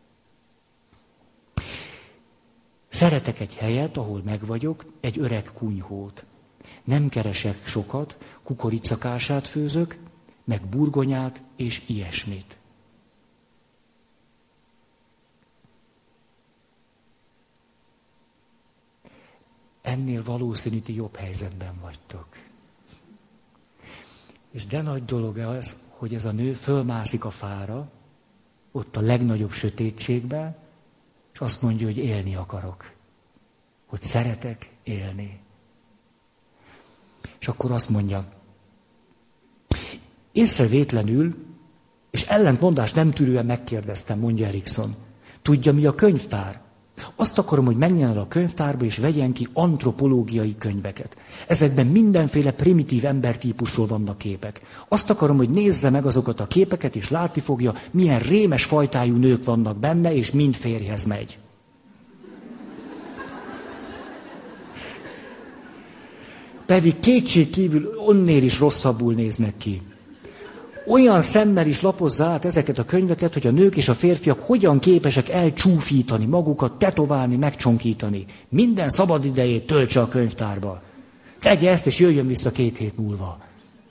Szeretek egy helyet, ahol megvagyok, egy öreg kunyhót. Nem keresek sokat, kukoricakását főzök, meg burgonyát és ilyesmit. Ennél valószínű, ti jobb helyzetben vagytok. És de nagy dolog az, hogy ez a nő fölmászik a fára, ott a legnagyobb sötétségben, és azt mondja, hogy élni akarok. Hogy szeretek élni. És akkor azt mondja, észrevétlenül, és ellentmondást nem tűrően megkérdeztem, mondja Erikson. Tudja, mi a könyvtár? Azt akarom, hogy menjen el a könyvtárba, és vegyen ki antropológiai könyveket. Ezekben mindenféle primitív embertípusról vannak képek. Azt akarom, hogy nézze meg azokat a képeket, és látni fogja, milyen rémes fajtájú nők vannak benne, és mind férjhez megy. Pedig kétségkívül onnél is rosszabbul néznek ki. Olyan szemmel is lapozza át ezeket a könyveket, hogy a nők és a férfiak hogyan képesek elcsúfítani magukat, tetoválni, megcsonkítani. Minden szabadidejét töltse a könyvtárba. Tegye ezt, és jöjjön vissza két hét múlva.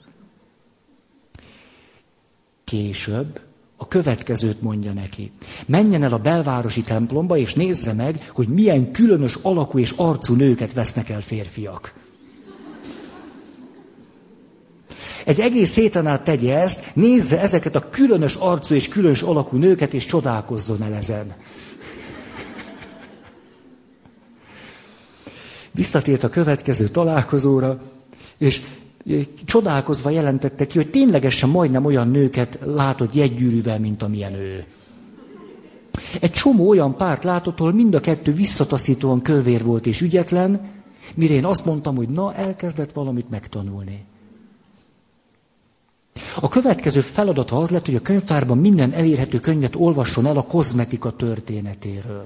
Később a következőt mondja neki. Menjen el a belvárosi templomba, és nézze meg, hogy milyen különös alakú és arcú nőket vesznek el férfiak. Egy egész héten át tegye ezt, nézze ezeket a különös arcú és különös alakú nőket, és csodálkozzon el ezen. Visszatért a következő találkozóra, és csodálkozva jelentette ki, hogy ténylegesen majdnem olyan nőket látott jegygyűrűvel, mint amilyen ő. Egy csomó olyan párt látott, ahol mind a kettő visszataszítóan kövér volt és ügyetlen, mire én azt mondtam, hogy na, elkezdett valamit megtanulni. A következő feladata az lett, hogy a könyvtárban minden elérhető könyvet olvasson el a kozmetika történetéről.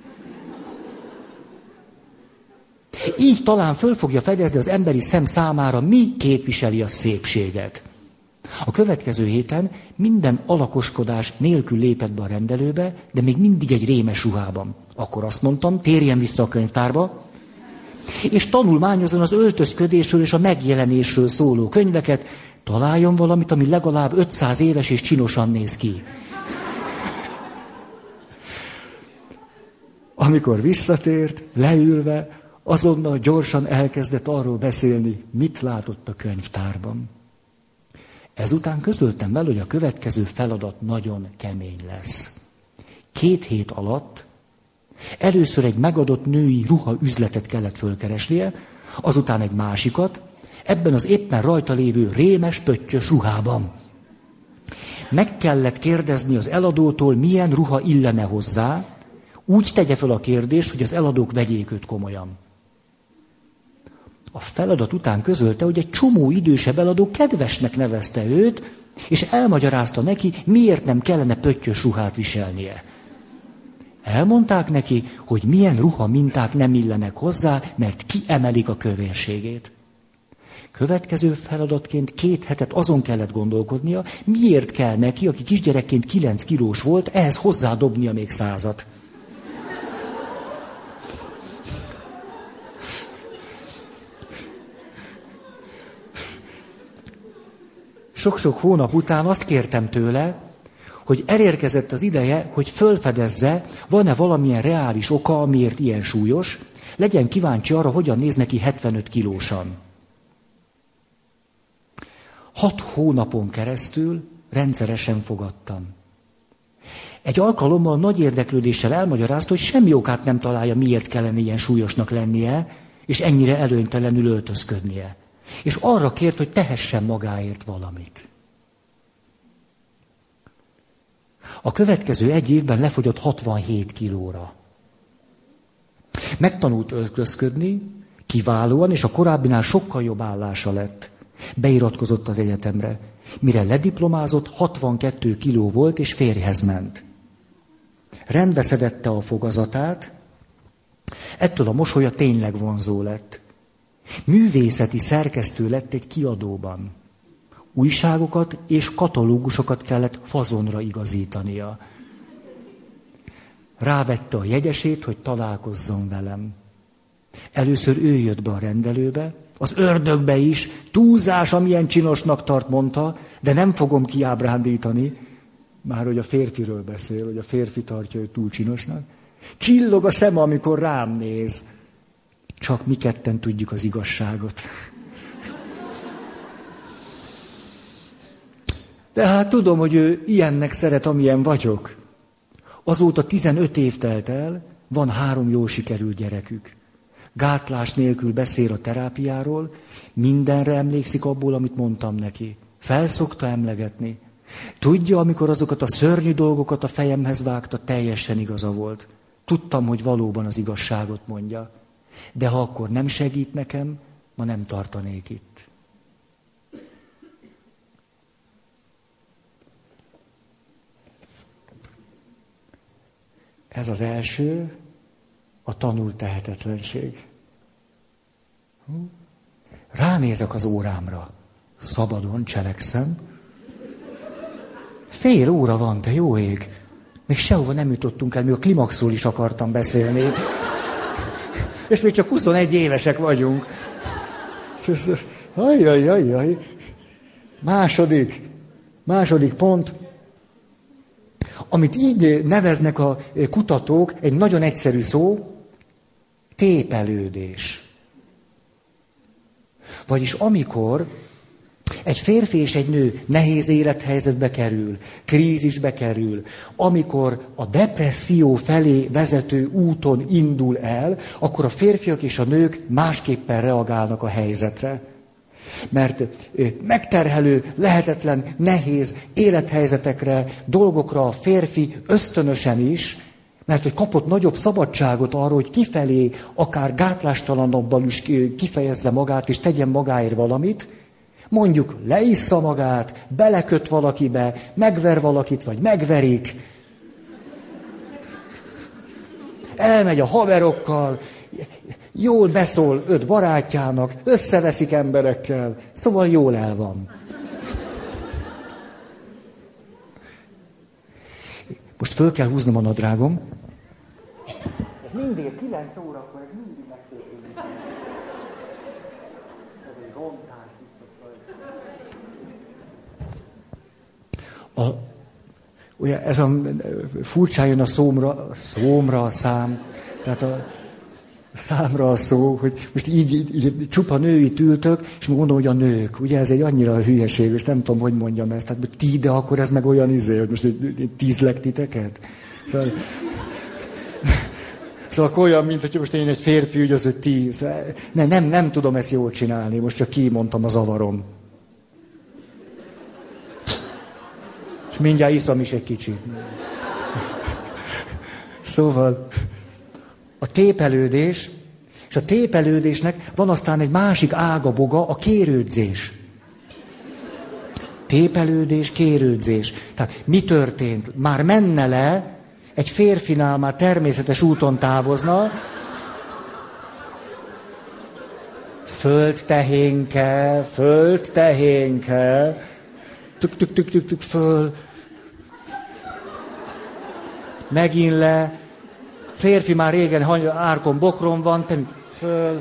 Így talán föl fogja fedezni az emberi szem számára, mi képviseli a szépséget. A következő héten minden alakoskodás nélkül lépett be a rendelőbe, de még mindig egy rémes ruhában. Akkor azt mondtam, térjen vissza a könyvtárba, és tanulmányozzon az öltözködésről és a megjelenésről szóló könyveket, találjon valamit, ami legalább ötszáz éves és csinosan néz ki. Amikor visszatért, leülve, azonnal gyorsan elkezdett arról beszélni, mit látott a könyvtárban. Ezután közöltem vele, hogy a következő feladat nagyon kemény lesz. Két hét alatt először egy megadott női ruha üzletet kellett fölkeresnie, azután egy másikat, ebben az éppen rajta lévő rémes, pöttyös ruhában. Meg kellett kérdezni az eladótól, milyen ruha illene hozzá, úgy tegye fel a kérdést, hogy az eladók vegyék őt komolyan. A feladat után közölte, hogy egy csomó idősebb eladó kedvesnek nevezte őt, és elmagyarázta neki, miért nem kellene pöttyös ruhát viselnie. Elmondták neki, hogy milyen ruha minták nem illenek hozzá, mert kiemelik a kövérségét. Következő feladatként két hetet azon kellett gondolkodnia, miért kell neki, aki kisgyerekként kilenc kilós volt, ehhez hozzádobnia még százat. Sok-sok hónap után azt kértem tőle, hogy elérkezett az ideje, hogy fölfedezze, van-e valamilyen reális oka, amiért ilyen súlyos, legyen kíváncsi arra, hogyan néz neki hetvenöt kilósan. Hat hónapon keresztül rendszeresen fogadtam. Egy alkalommal nagy érdeklődéssel elmagyarázta, hogy semmi okát nem találja, miért kellene ilyen súlyosnak lennie, és ennyire előnytelenül öltözködnie. És arra kért, hogy tehessen magáért valamit. A következő egy évben lefogyott hatvanhét kilóra. Megtanult öltözködni, kiválóan, és a korábbinál sokkal jobb állása lett. Beiratkozott az egyetemre. Mire lediplomázott, hatvankettő kiló volt, és férjhez ment. Rendbe szedette a fogazatát, ettől a mosolya tényleg vonzó lett. Művészeti szerkesztő lett egy kiadóban. Újságokat és katalógusokat kellett fazonra igazítania. Rávette a jegyesét, hogy találkozzon velem. Először ő jött be a rendelőbe, az ördögbe is, túlzás, amilyen csinosnak tart, mondta, de nem fogom kiábrándítani, már hogy a férfiről beszél, hogy a férfi tartja őt túl csinosnak. Csillog a szeme, amikor rám néz. Csak mi ketten tudjuk az igazságot. De hát tudom, hogy ő ilyennek szeret, amilyen vagyok. Azóta tizenöt év telt el, van három jól sikerült gyerekük. Gátlás nélkül beszél a terápiáról, mindenre emlékszik abból, amit mondtam neki. Felszokta emlegetni. Tudja, amikor azokat a szörnyű dolgokat a fejemhez vágta, teljesen igaza volt. Tudtam, hogy valóban az igazságot mondja. De ha akkor nem segít nekem, ma nem tartanék itt. Ez az első, a tanult tehetetlenség. Ránézek az órámra. Szabadon cselekszem. Fél óra van, te jó ég. Még sehova nem jutottunk el, még a klimaxról is akartam beszélni. És még csak huszonegy évesek vagyunk. Ajjajajjaj. Második. Második pont. Amit így neveznek a kutatók, egy nagyon egyszerű szó, tépelődés. Vagyis amikor egy férfi és egy nő nehéz élethelyzetbe kerül, krízisbe kerül, amikor a depresszió felé vezető úton indul el, akkor a férfiak és a nők másképpen reagálnak a helyzetre. Mert megterhelő, lehetetlen, nehéz élethelyzetekre, dolgokra a férfi ösztönösen is, mert hogy kapott nagyobb szabadságot arról, hogy kifelé akár gátlástalanabbal is kifejezze magát, és tegyen magáért valamit, mondjuk leissza magát, beleköt valakibe, megver valakit, vagy megverik, elmegy a haverokkal, jól beszól öt barátjának, összeveszik emberekkel, szóval jól el van. Most föl kell húznom a nadrágom. Ez mindig kilenc órakor, ez mindig megtörténik. Ez egy rontás a, ugye ez a furcsán jön a szómra, szómra a szám, tehát a számra a szó, hogy most így, így, így csupa nőit ültök, és még mondom, hogy a nők. Ugye ez egy annyira hülyeség, és nem tudom, hogy mondjam ezt. Tehát ti, de akkor ez meg olyan izé, hogy most tízlek titeket. Szóval, szóval olyan, mint hogy most én egy férfi ügy, az, hogy tíz. Nem, nem, nem tudom ezt jól csinálni, most csak kimondtam a zavarom. És mindjárt iszom is egy kicsit. Szóval a tépelődés, és a tépelődésnek van aztán egy másik ágaboga, a kérődzés. Tépelődés, kérődzés. Tehát mi történt? Már menne le, egy férfinál már természetes úton távozna, földtehénke, földtehénke, tük, tük, tük, tük, tük, föl, megint le, férfi már régen árkon bokron van, te föl.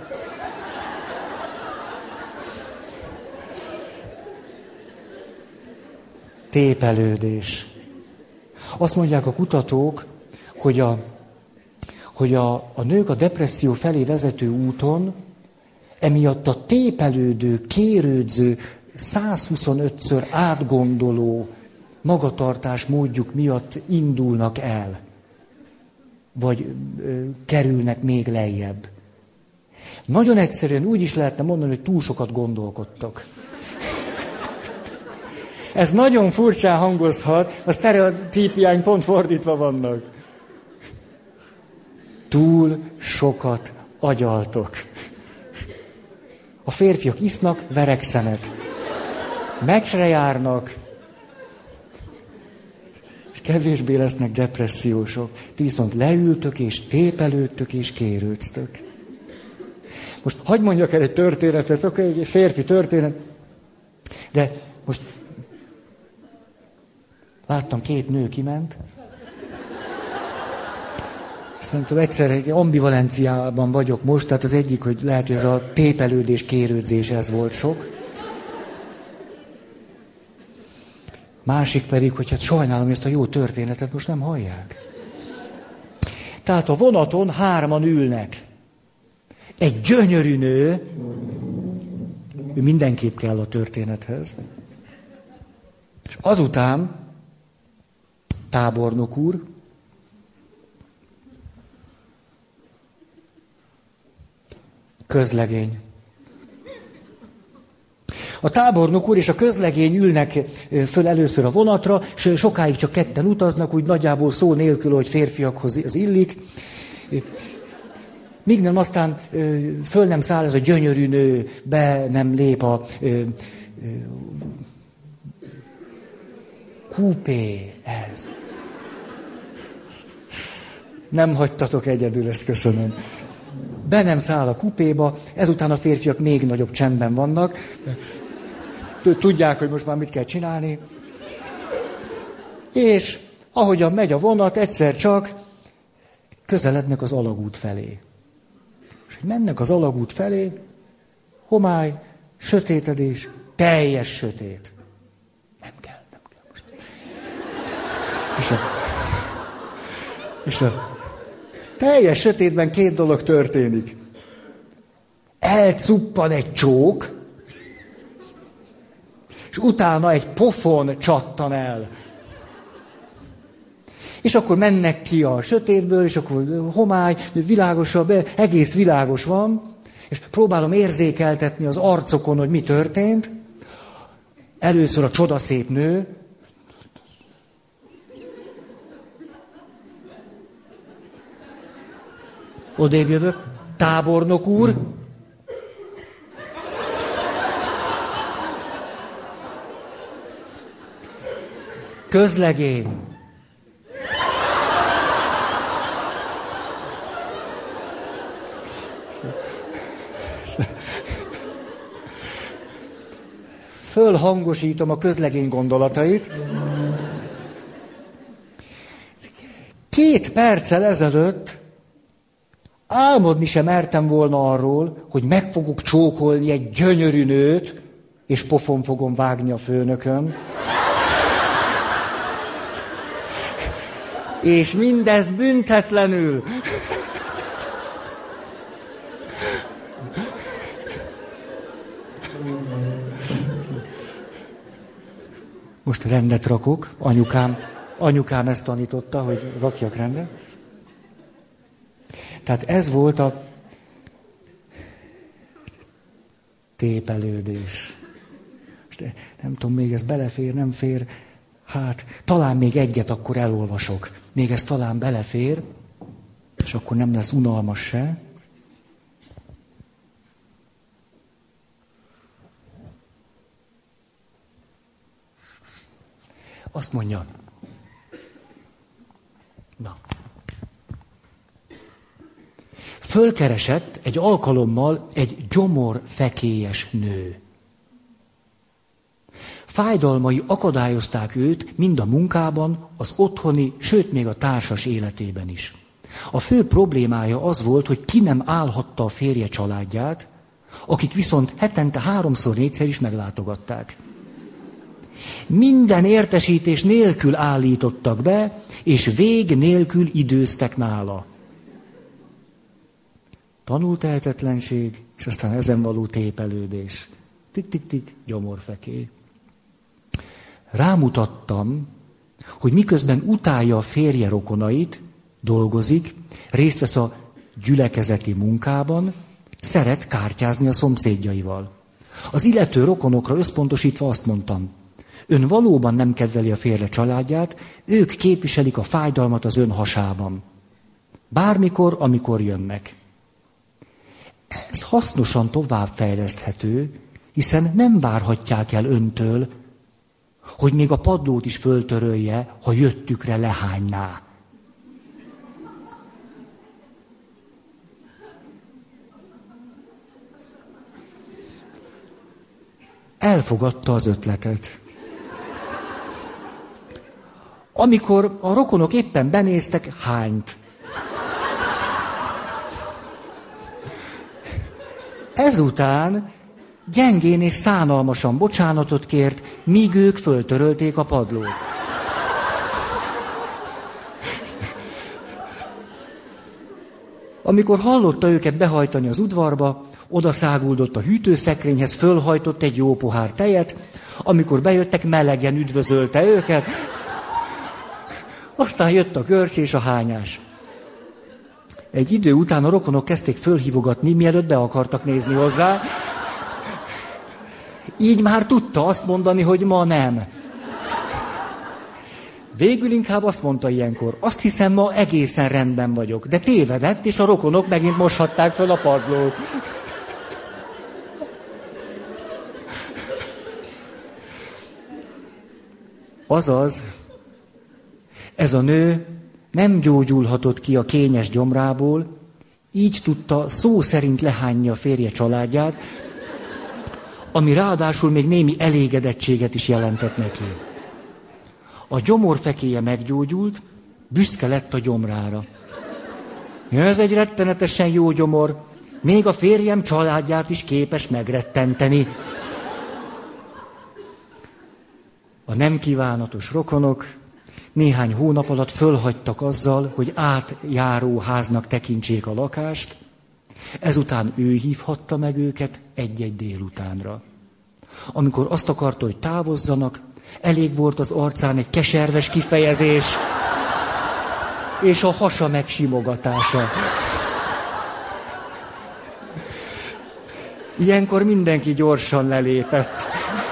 Tépelődés. Azt mondják a kutatók, hogy a, hogy a, a nők a depresszió felé vezető úton emiatt a tépelődő, kérődző, százhuszonötször átgondoló magatartás módjuk miatt indulnak el. Vagy ö, kerülnek még lejjebb. Nagyon egyszerűen úgy is lehetne mondani, hogy túl sokat gondolkodtak. Ez nagyon furcsán hangozhat, a sztereotípiáink pont fordítva vannak. Túl sokat agyaltok. A férfiak isznak, verekszenek. Meccsre járnak, és kevésbé lesznek depressziósok. Ti viszont leültök, és tépelődtök, és kérődztök. Most hadd mondjak el egy történetet, oké, egy férfi történet, de most láttam, két nő kiment. Szerintem egyszer egy ambivalenciában vagyok most, tehát az egyik, hogy lehet, hogy ez a tépelődés, kérődzés, ez volt sok. Másik pedig, hogy hát sajnálom, ezt a jó történetet most nem hallják. Tehát a vonaton hárman ülnek. Egy gyönyörű nő, ő mindenképp kell a történethez. És azután tábornok úr, közlegény. A tábornok úr és a közlegény ülnek föl először a vonatra, és sokáig csak ketten utaznak, úgy nagyjából szó nélkül, hogy férfiakhoz az illik. Míg nem aztán föl nem száll ez a gyönyörű nő, be nem lép a kupé, ez. Nem hagytatok egyedül, ezt köszönöm. Be nem száll a kupéba, ezután a férfiak még nagyobb csendben vannak. Tudják, hogy most már mit kell csinálni. És ahogyan megy a vonat, egyszer csak közelednek az alagút felé. És mennek az alagút felé, homály, sötétedés, teljes sötét. Nem kell, nem kell most. És a, és a teljes sötétben két dolog történik. Elcuppan egy csók, és utána egy pofon csattan el. És akkor mennek ki a sötétből, és akkor homály, világosabb, egész világos van, és próbálom érzékeltetni az arcokon, hogy mi történt. Először a csodaszép nő, odébb jövök, tábornok úr, közlegény. Fölhangosítom a közlegény gondolatait. Két perccel ezelőtt álmodni sem mertem volna arról, hogy meg fogok csókolni egy gyönyörű nőt, és pofon fogom vágni a főnökön. És mindezt büntetlenül. Most rendet rakok. Anyukám, anyukám ezt tanította, hogy rakjak rendet. Tehát ez volt a tépelődés. Nem tudom, még ez belefér, nem fér. Hát, talán még egyet akkor elolvasok. Még ez talán belefér, és akkor nem lesz unalmas se. Azt mondja. Na. Fölkeresett egy alkalommal egy gyomorfekélyes nő. Fájdalmai akadályozták őt mind a munkában, az otthoni, sőt még a társas életében is. A fő problémája az volt, hogy ki nem állhatta a férje családját, akik viszont hetente háromszor, négyszer is meglátogatták. Minden értesítés nélkül állítottak be, és vég nélkül időztek nála. Tanultehetetlenség, és aztán ezen való tépelődés. Tik-tik-tik, gyomorfekély. Rámutattam, hogy miközben utálja a férje rokonait, dolgozik, részt vesz a gyülekezeti munkában, szeret kártyázni a szomszédjaival. Az illető rokonokra összpontosítva azt mondtam, ön valóban nem kedveli a férje családját, ők képviselik a fájdalmat az ön hasában. Bármikor, amikor jönnek. Ez hasznosan továbbfejleszthető, hiszen nem várhatják el öntől, hogy még a padlót is föltörölje, ha jöttükre lehányná. Elfogadta az ötletet. Amikor a rokonok éppen benéztek, hányt. Ezután gyengén és szánalmasan bocsánatot kért, míg ők föltörölték a padlót. Amikor hallotta őket behajtani az udvarba, odaszáguldott a hűtőszekrényhez, fölhajtott egy jó pohár tejet, amikor bejöttek, melegen üdvözölte őket. Aztán jött a görcs és a hányás. Egy idő után a rokonok kezdték fölhívogatni, mielőtt be akartak nézni hozzá. Így már tudta azt mondani, hogy ma nem. Végül inkább azt mondta ilyenkor, azt hiszem, ma egészen rendben vagyok, de tévedett, és a rokonok megint moshatták föl a padlót. Azaz, ez a nő nem gyógyulhatott ki a kényes gyomrából, így tudta szó szerint lehányni a férje családját, ami ráadásul még némi elégedettséget is jelentett neki. A gyomorfekélye meggyógyult, büszke lett a gyomrára. Ez egy rettenetesen jó gyomor, még a férjem családját is képes megrettenteni. A nem kívánatos rokonok néhány hónap alatt fölhagytak azzal, hogy átjáró háznak tekintsék a lakást, ezután ő hívhatta meg őket egy-egy délutánra. Amikor azt akarta, hogy távozzanak, elég volt az arcán egy keserves kifejezés, és a hasa megsimogatása. Ilyenkor mindenki gyorsan lelépett.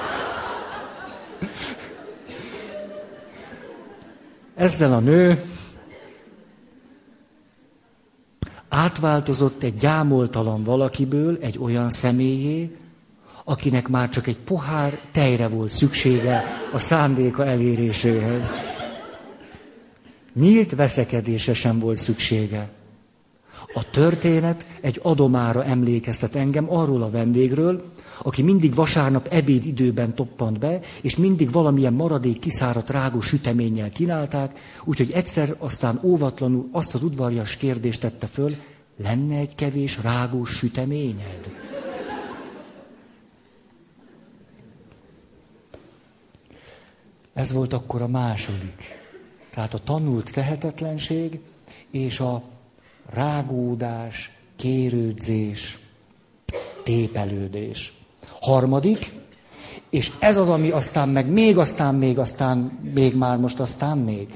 Ezzel a nő átváltozott egy gyámoltalan valakiből egy olyan személyé, akinek már csak egy pohár tejre volt szüksége a szándéka eléréséhez. Nyílt veszekedése sem volt szüksége. A történet egy adomára emlékeztet engem arról a vendégről, aki mindig vasárnap ebéd időben toppant be, és mindig valamilyen maradék kiszáradt rágós süteménnyel kínálták, úgyhogy egyszer aztán óvatlanul azt az udvarjas kérdést tette föl, lenne egy kevés rágós süteményed? Ez volt akkor a második. Tehát a tanult tehetetlenség és a rágódás, kérődzés, tépelődés. Harmadik, és ez az, ami aztán meg még, aztán még, aztán még már most, aztán még.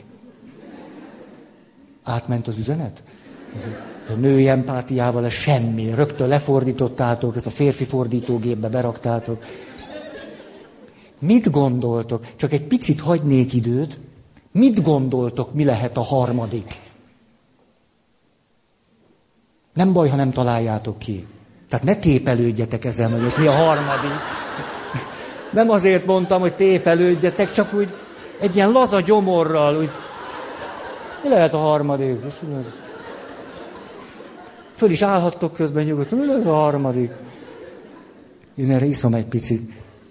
Átment az üzenet? Ez a női empátiával ez semmi. Rögtön lefordítottátok, ezt a férfi fordítógépbe beraktátok. Mit gondoltok? Csak egy picit hagynék időt. Mit gondoltok, mi lehet a harmadik? Nem baj, ha nem találjátok ki. Tehát ne tépelődjetek ezen, hogy most mi a harmadik. Nem azért mondtam, hogy tépelődjetek, csak úgy egy ilyen laza gyomorral, úgy. Mi lehet a harmadik? Föl is állhattok közben nyugodtan. Mi lehet a harmadik? Én erre iszom egy picit.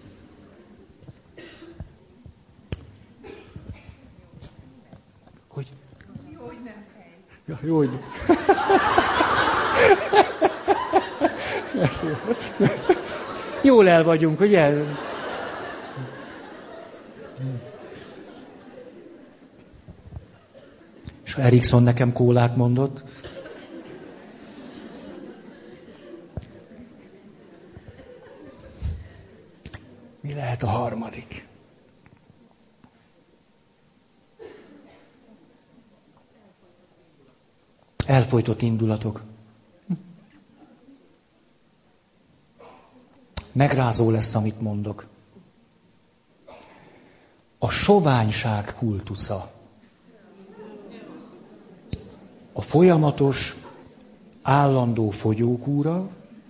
Hogy? Jó, hogy nem hely. Ja, jó, hogy... Jól el vagyunk, ugye? És Erikson nekem kólát mondott. Mi lehet a harmadik? Elfojtott indulatok. Megrázó lesz, amit mondok. A soványság kultusza. A folyamatos, állandó fogyókúra,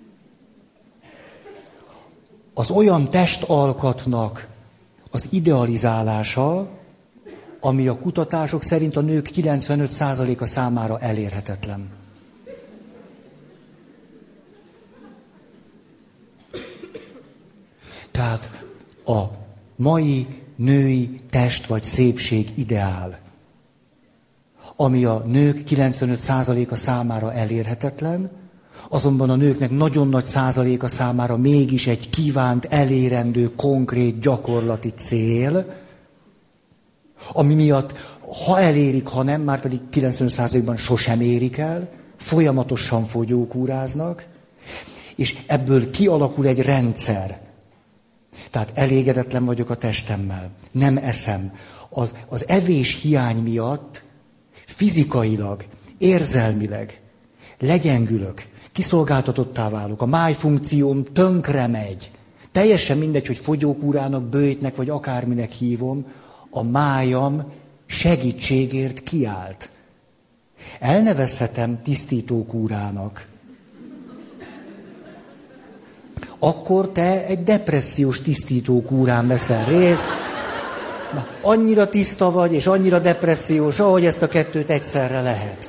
az olyan testalkatnak az idealizálása, ami a kutatások szerint a nők kilencvenöt százaléka számára elérhetetlen. Tehát a mai női test vagy szépség ideál, ami a nők kilencvenöt százaléka számára elérhetetlen, azonban a nőknek nagyon nagy százaléka számára mégis egy kívánt, elérendő, konkrét, gyakorlati cél, ami miatt, ha elérik, ha nem, már pedig kilencvenöt százalékban sosem érik el, folyamatosan fogyókúráznak, és ebből kialakul egy rendszer. Tehát elégedetlen vagyok a testemmel, nem eszem. Az, az evés hiány miatt fizikailag, érzelmileg legyengülök, kiszolgáltatottá válok, a májfunkcióm tönkre megy. Teljesen mindegy, hogy fogyókúrának, böjtnek, vagy akárminek hívom, a májam segítségért kiállt. Elnevezhetem tisztítókúrának. Akkor te egy depressziós tisztítókúrán veszel részt. Na, annyira tiszta vagy, és annyira depressziós, ahogy ezt a kettőt egyszerre lehet.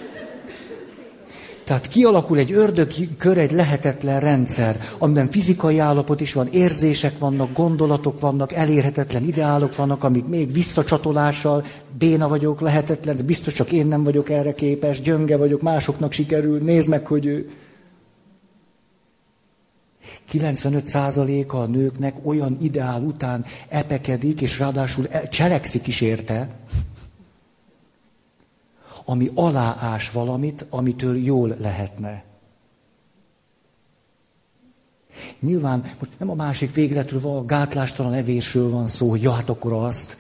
Tehát kialakul egy ördögi kör, egy lehetetlen rendszer, amiben fizikai állapot is van, érzések vannak, gondolatok vannak, elérhetetlen ideálok vannak, amik még visszacsatolással, béna vagyok, lehetetlen, biztos csak én nem vagyok erre képes, gyönge vagyok, másoknak sikerül, nézd meg, hogy ő... kilencvenöt százaléka a nőknek olyan ideál után epekedik, és ráadásul cselekszik is érte, ami aláás valamit, amitől jól lehetne. Nyilván most nem a másik végletről van, a gátlástalan evésről van szó, hogy ja, hát akkor azt.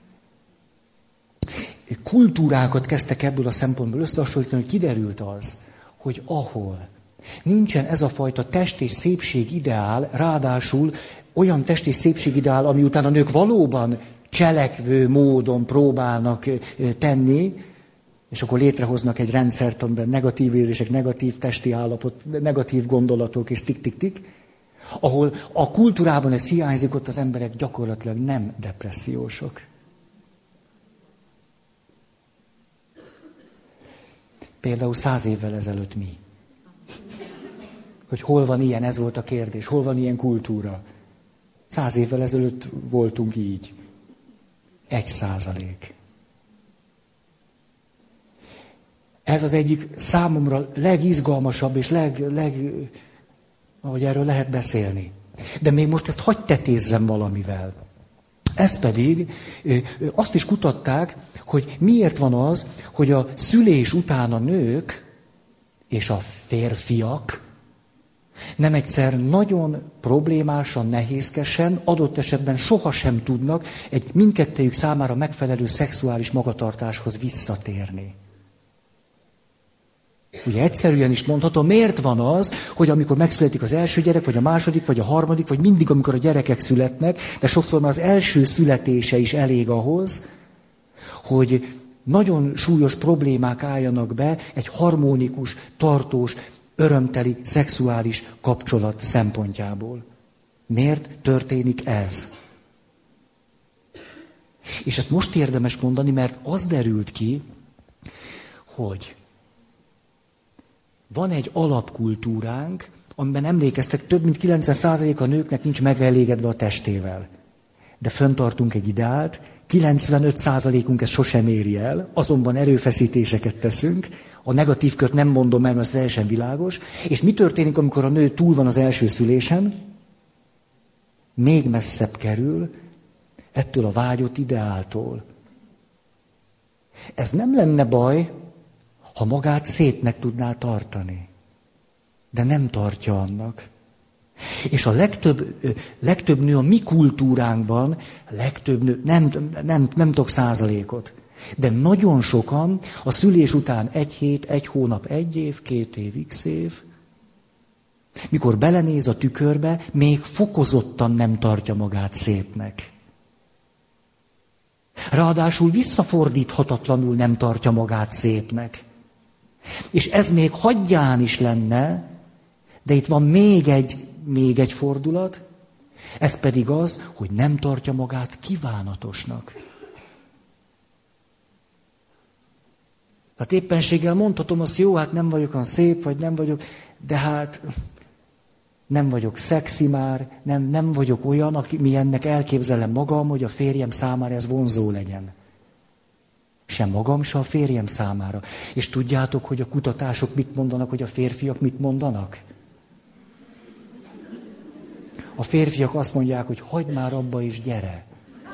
Kultúrákat kezdtek ebből a szempontból összehasonlítani, hogy kiderült az, hogy ahol nincsen ez a fajta test és szépség ideál, ráadásul olyan test és szépség ideál, ami után a nők valóban cselekvő módon próbálnak tenni, és akkor létrehoznak egy rendszert, amiben negatív érzések, negatív testi állapot, negatív gondolatok, és tik-tik-tik, ahol a kultúrában ez hiányzik, ott az emberek gyakorlatilag nem depressziósok. Például száz évvel ezelőtt mi? Hogy hol van ilyen, ez volt a kérdés, hol van ilyen kultúra? Száz évvel ezelőtt voltunk így. Egy százalék. Ez az egyik számomra legizgalmasabb és leg, leg, ahogy erről lehet beszélni. De még most ezt hadd tetézzem valamivel. Ez pedig azt is kutatták, hogy miért van az, hogy a szülés után a nők és a férfiak nem egyszer nagyon problémásan, nehézkesen, adott esetben sohasem tudnak egy mindkettejük számára megfelelő szexuális magatartáshoz visszatérni. Ugye egyszerűen is mondhatom, miért van az, hogy amikor megszületik az első gyerek, vagy a második, vagy a harmadik, vagy mindig, amikor a gyerekek születnek, de sokszor már az első születése is elég ahhoz, hogy nagyon súlyos problémák álljanak be egy harmonikus, tartós, örömteli, szexuális kapcsolat szempontjából. Miért történik ez? És ezt most érdemes mondani, mert az derült ki, hogy van egy alapkultúránk, amiben emlékeztek, több mint kilencven százalék a nőknek nincs megelégedve a testével. De fenntartunk egy ideált, kilencvenöt százalékunk ezt sosem éri el, azonban erőfeszítéseket teszünk, a negatív kört nem mondom, mert ez teljesen világos, és mi történik, amikor a nő túl van az első szülésen? Még messzebb kerül ettől a vágyott ideáltól. Ez nem lenne baj, ha magát szépnek tudná tartani. De nem tartja annak. És a legtöbb, legtöbb nő a mi kultúránkban, legtöbb nő, nem, nem, nem tudok százalékot, de nagyon sokan a szülés után egy hét, egy hónap, egy év, két év, x év, mikor belenéz a tükörbe, még fokozottan nem tartja magát szépnek. Ráadásul visszafordíthatatlanul nem tartja magát szépnek. És ez még hagyján is lenne, de itt van még egy, még egy fordulat, ez pedig az, hogy nem tartja magát kívánatosnak. Hát éppenséggel mondhatom azt, jó, hát nem vagyok olyan szép, vagy nem vagyok, de hát nem vagyok szexi már, nem, nem vagyok olyan, aki milyennek elképzelem magam, hogy a férjem számára ez vonzó legyen. Sem magam, se a férjem számára. És tudjátok, hogy a kutatások mit mondanak, hogy a férfiak mit mondanak? A férfiak azt mondják, hogy hagyd már abba és gyere.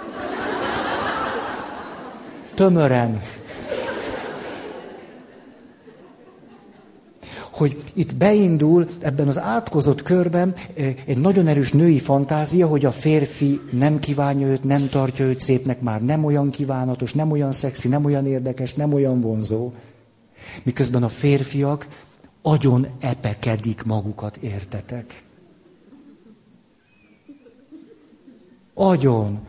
Tömören. Hogy itt beindul ebben az átkozott körben egy nagyon erős női fantázia, hogy a férfi nem kívánja őt, nem tartja őt szépnek, már nem olyan kívánatos, nem olyan szexi, nem olyan érdekes, nem olyan vonzó. Miközben a férfiak agyon epekedik magukat, értetek? Agyon.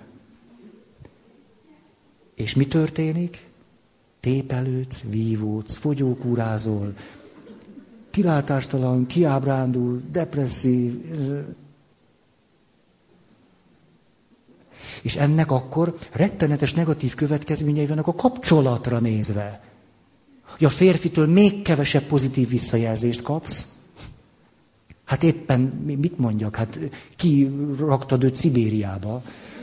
És mi történik? Tépelődsz, vívódsz, fogyókúrázol, kilátástalan, kiábrándul, depresszív. És ennek akkor rettenetes negatív következményei vannak a kapcsolatra nézve. Hogy a férfitől még kevesebb pozitív visszajelzést kapsz. Hát éppen, mit mondjak, hát ki raktad őt Szibériába.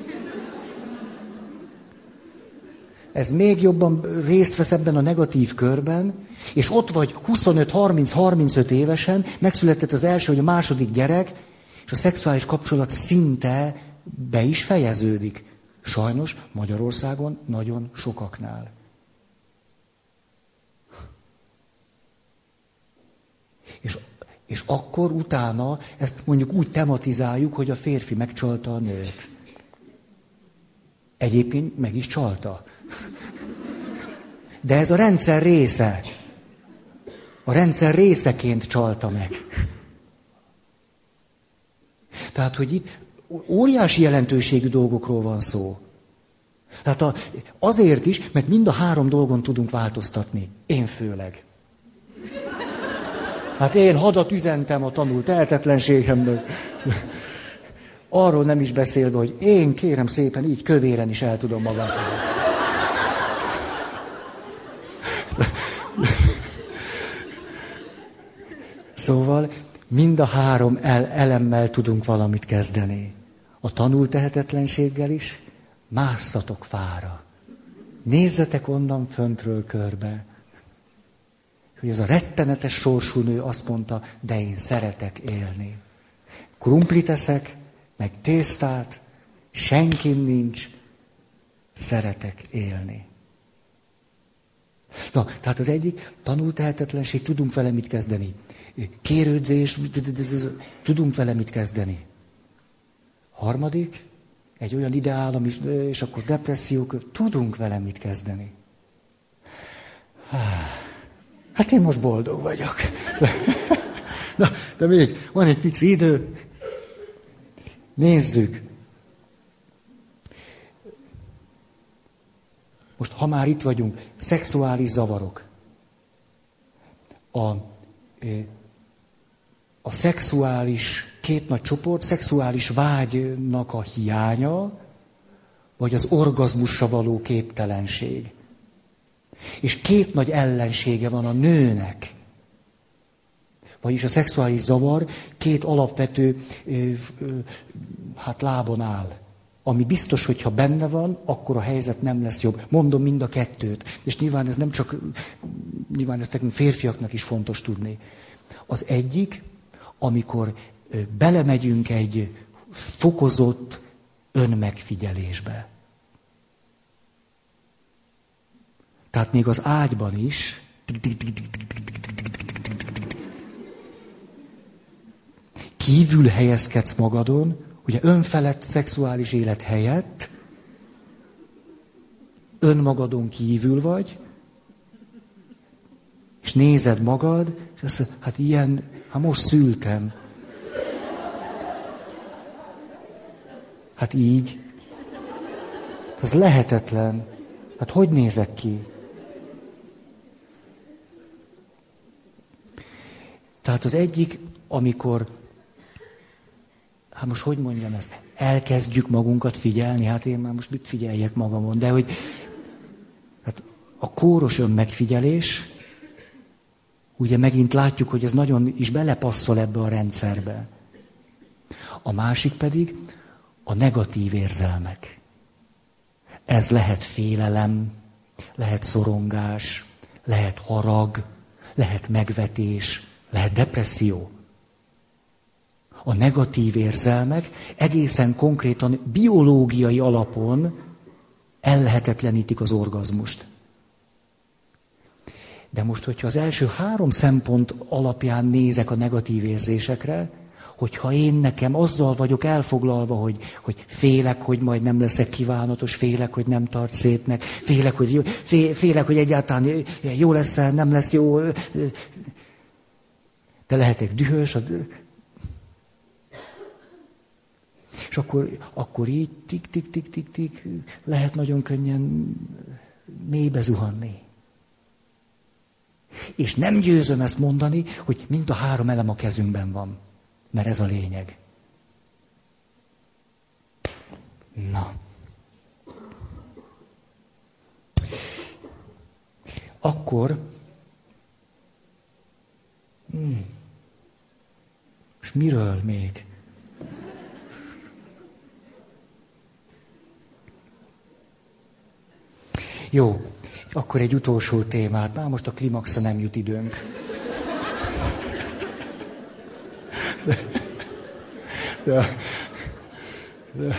Ez még jobban részt vesz ebben a negatív körben, és ott vagy huszonöt harminc harmincöt évesen, megszületett az első vagy a második gyerek, és a szexuális kapcsolat szinte be is fejeződik. Sajnos Magyarországon nagyon sokaknál. És, és akkor utána ezt mondjuk úgy tematizáljuk, hogy a férfi megcsalta a nőt. Egyébként meg is csalta. De ez a rendszer része. A rendszer részeként csalta meg. Tehát, hogy itt óriási jelentőségű dolgokról van szó. Tehát a, azért is, mert mind a három dolgon tudunk változtatni. Én főleg. Hát én hadat üzentem a tanult tehetetlenségemből. Arról nem is beszélve, hogy én kérem szépen így kövéren is el tudom magam felé. Szóval mind a három el, elemmel tudunk valamit kezdeni. A tanult tehetetlenséggel is, másszatok fára. Nézzetek onnan föntről körbe. Hogy ez a rettenetes sorsú nő azt mondta, de én szeretek élni. Krumplit eszek, meg tésztát, senkin nincs, szeretek élni. Na, tehát az egyik, tanult tehetetlenség, tudunk vele mit kezdeni. Kérődzés, tudunk vele mit kezdeni. Harmadik, egy olyan ideál, és akkor depressziók, tudunk vele mit kezdeni. Hát én most boldog vagyok. Na, de még van egy pici idő. Nézzük. Most, ha már itt vagyunk, szexuális zavarok. A, a szexuális, két nagy csoport, szexuális vágynak a hiánya, vagy az orgazmusra való képtelenség. És két nagy ellensége van a nőnek. Vagyis a szexuális zavar két alapvető hát lábon áll. Ami biztos, hogyha benne van, akkor a helyzet nem lesz jobb. Mondom mind a kettőt. És nyilván ez nem csak, nyilván ez nekünk férfiaknak is fontos tudni. Az egyik, amikor belemegyünk egy fokozott önmegfigyelésbe. Tehát még az ágyban is kívül helyezkedsz magadon, ugye önfelett szexuális élet helyett önmagadon kívül vagy, és nézed magad, és azt mondod, hát ilyen, hát most szültem. Hát így. Ez lehetetlen. Hát hogy nézek ki? Tehát az egyik, amikor, hát most hogy mondjam ezt, elkezdjük magunkat figyelni, hát én már most mit figyeljek magamon, de hogy hát a kóros önmegfigyelés, ugye megint látjuk, hogy ez nagyon is belepasszol ebbe a rendszerbe. A másik pedig a negatív érzelmek. Ez lehet félelem, lehet szorongás, lehet harag, lehet megvetés, lehet depresszió. A negatív érzelmek egészen konkrétan biológiai alapon ellehetetlenítik az orgazmust. De most, hogyha az első három szempont alapján nézek a negatív érzésekre, hogyha én nekem azzal vagyok elfoglalva, hogy, hogy félek, hogy majd nem leszek kívánatos, félek, hogy nem tart szépnek, félek, hogy, jó, félek, hogy egyáltalán jó lesz, nem lesz jó, de lehetek dühös, és akkor, akkor így tik-tik-tik-tik-tik lehet nagyon könnyen mélybe zuhanni. És nem győzöm ezt mondani, hogy mind a három elem a kezünkben van. Mert ez a lényeg. Na. Akkor... Hmm. És miről még? Jó, akkor egy utolsó témát. Már most a klimaxra nem jut időnk. De, de, de,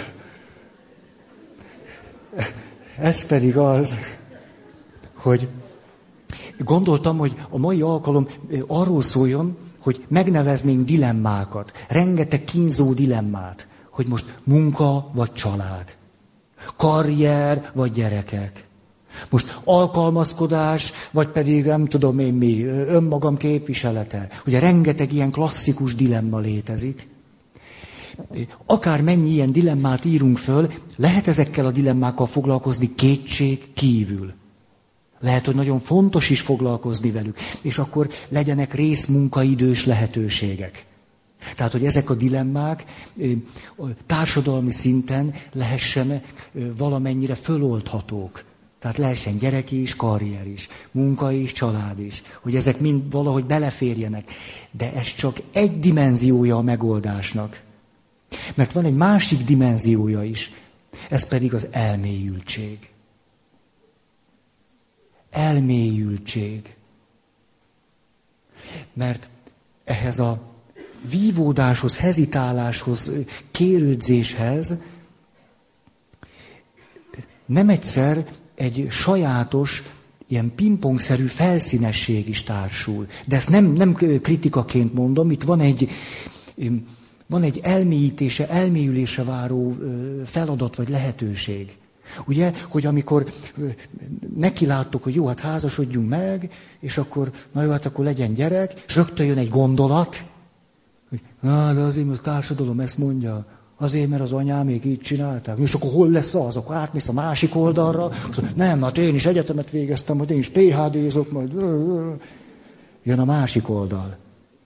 ez pedig az, hogy gondoltam, hogy a mai alkalom arról szóljon, hogy megneveznénk dilemmákat, rengeteg kínzó dilemmát, hogy most munka vagy család, karrier vagy gyerekek. Most alkalmazkodás, vagy pedig nem tudom én mi, önmagam képviselete. Ugye rengeteg ilyen klasszikus dilemma létezik. Akár mennyi ilyen dilemmát írunk föl, lehet ezekkel a dilemmákkal foglalkozni kétség kívül. Lehet, hogy nagyon fontos is foglalkozni velük, és akkor legyenek részmunkaidős lehetőségek. Tehát, hogy ezek a dilemmák társadalmi szinten lehessen valamennyire föloldhatók. Tehát lehessen gyerek is, karrier is, munka is, család is. Hogy ezek mind valahogy beleférjenek. De ez csak egy dimenziója a megoldásnak. Mert van egy másik dimenziója is. Ez pedig az elmélyültség. Elmélyültség. Mert ehhez a vívódáshoz, hezitáláshoz, kérődzéshez nem egyszer egy sajátos, ilyen pingpongszerű felszínesség is társul. De ezt nem, nem kritikaként mondom, itt van egy, van egy elmélyítése, elmélyülése váró feladat vagy lehetőség. Ugye, hogy amikor neki láttuk, hogy jó, hát házasodjunk meg, és akkor, na jó, hát akkor legyen gyerek, és rögtön jön egy gondolat, hogy na, de azért, mert a társadalom ezt mondja, azért, mert az anyámék így csinálták. És akkor hol lesz az? Akkor átmész a másik oldalra. Azt mondja, nem, hát én is egyetemet végeztem, majd én is pé há dé-zok, majd... Jön a másik oldal.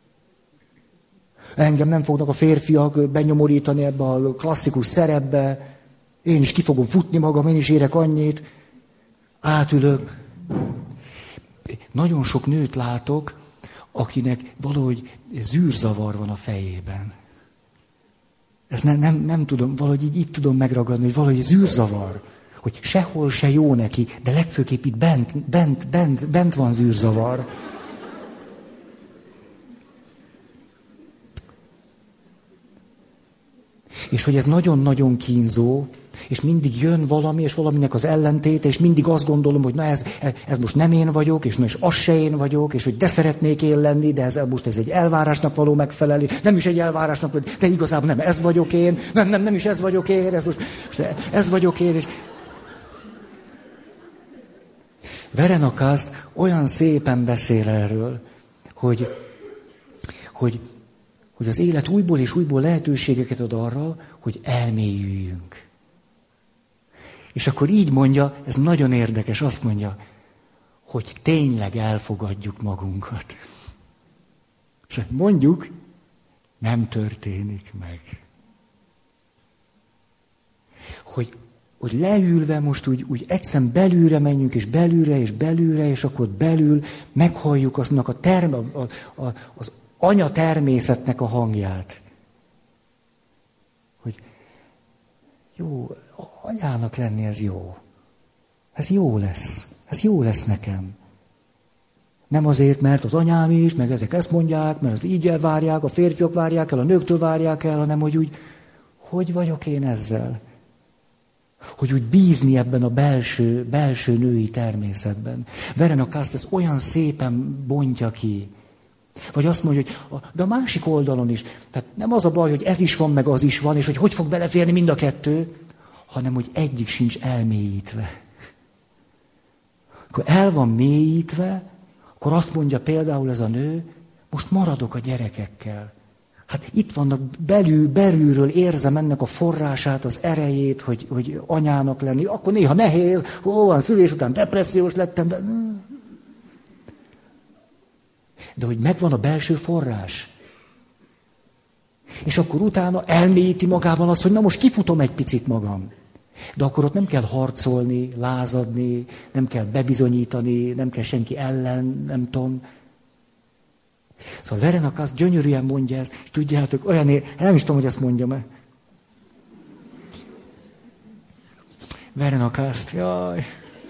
Engem nem fognak a férfiak benyomorítani ebbe a klasszikus szerepbe. Én is ki fogom futni magam, én is érek annyit. Átülök. Nagyon sok nőt látok, akinek valahogy zűrzavar van a fejében. Ezt nem, nem, nem tudom, valahogy így, így tudom megragadni, hogy valahogy zűrzavar. Hogy sehol se jó neki, de legfőképp itt bent, bent, bent, bent van zűrzavar. És hogy ez nagyon-nagyon kínzó, és mindig jön valami, és valaminek az ellentéte, és mindig azt gondolom, hogy na ez, ez most nem én vagyok, és most az se én vagyok, és hogy de szeretnék én lenni, de ez most ez egy elvárásnak való megfelelés, nem is egy elvárásnak, de igazából nem ez vagyok én, nem, nem, nem is ez vagyok én, ez most, most ez vagyok én, és... Verena Kast olyan szépen beszél erről, hogy, hogy, hogy az élet újból és újból lehetőségeket ad arra, hogy elmélyüljünk. És akkor így mondja, ez nagyon érdekes, azt mondja, hogy tényleg elfogadjuk magunkat. És mondjuk, nem történik meg. Hogy, hogy leülve most úgy, úgy egyszerűen belülre menjünk, és belülre, és belülre, és akkor belül meghalljuk aznak a term, a, a, az anya természetnek a hangját. Hogy jó, anyának lenni ez jó. Ez jó lesz. Ez jó lesz nekem. Nem azért, mert az anyám is, meg ezek ezt mondják, mert az így elvárják, a férfiak várják el, a nőktől várják el, hanem hogy úgy, hogy vagyok én ezzel? Hogy úgy bízni ebben a belső, belső női természetben. Verena Kast ezt olyan szépen bontja ki. Vagy azt mondja, hogy a, de a másik oldalon is. Tehát nem az a baj, hogy ez is van, meg az is van, és hogy hogy fog beleférni mind a kettő, hanem hogy egyik sincs elmélyítve. Akkor el van mélyítve, akkor azt mondja például ez a nő, most maradok a gyerekekkel. Hát itt vannak belül, belülről érzem ennek a forrását, az erejét, hogy, hogy anyának lenni. Akkor néha nehéz, ó, van szülés után depressziós lettem, de... De hogy megvan a belső forrás. És akkor utána elmélyíti magában azt, hogy na most kifutom egy picit magam. De akkor ott nem kell harcolni, lázadni, nem kell bebizonyítani, nem kell senki ellen, nem tudom. Szóval Verena Kast gyönyörűen mondja ezt, és tudjátok, olyan ér... nem is tudom, hogy ezt mondjam-e. Verena Kast, jaj.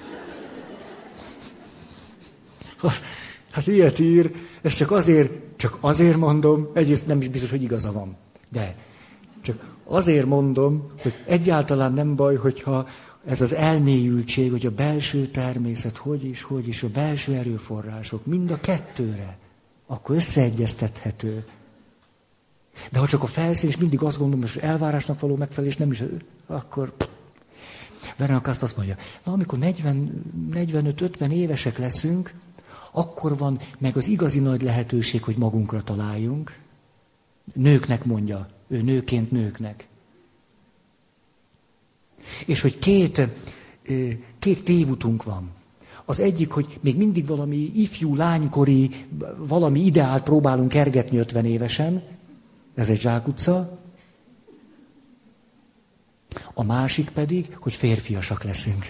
Hát ilyet ír, ezt csak azért, csak azért mondom, egyrészt nem is biztos, hogy igaza van, de csak azért mondom, hogy egyáltalán nem baj, hogyha ez az elmélyültség, hogy a belső természet, hogy is, hogy is, a belső erőforrások, mind a kettőre, akkor összeegyeztethető. De ha csak a felszín, és mindig azt gondolom, hogy elvárásnak való megfelelés nem is, akkor... Verena Kast azt mondja, na amikor negyven, negyvenöt-ötven évesek leszünk, akkor van meg az igazi nagy lehetőség, hogy magunkra találjunk. Nőknek mondja, ő nőként nőknek. És hogy két, két tévutunk van. Az egyik, hogy még mindig valami ifjú, lánykori, valami ideált próbálunk kergetni ötven évesen. Ez egy zsákutca. A másik pedig, hogy férfiasak leszünk.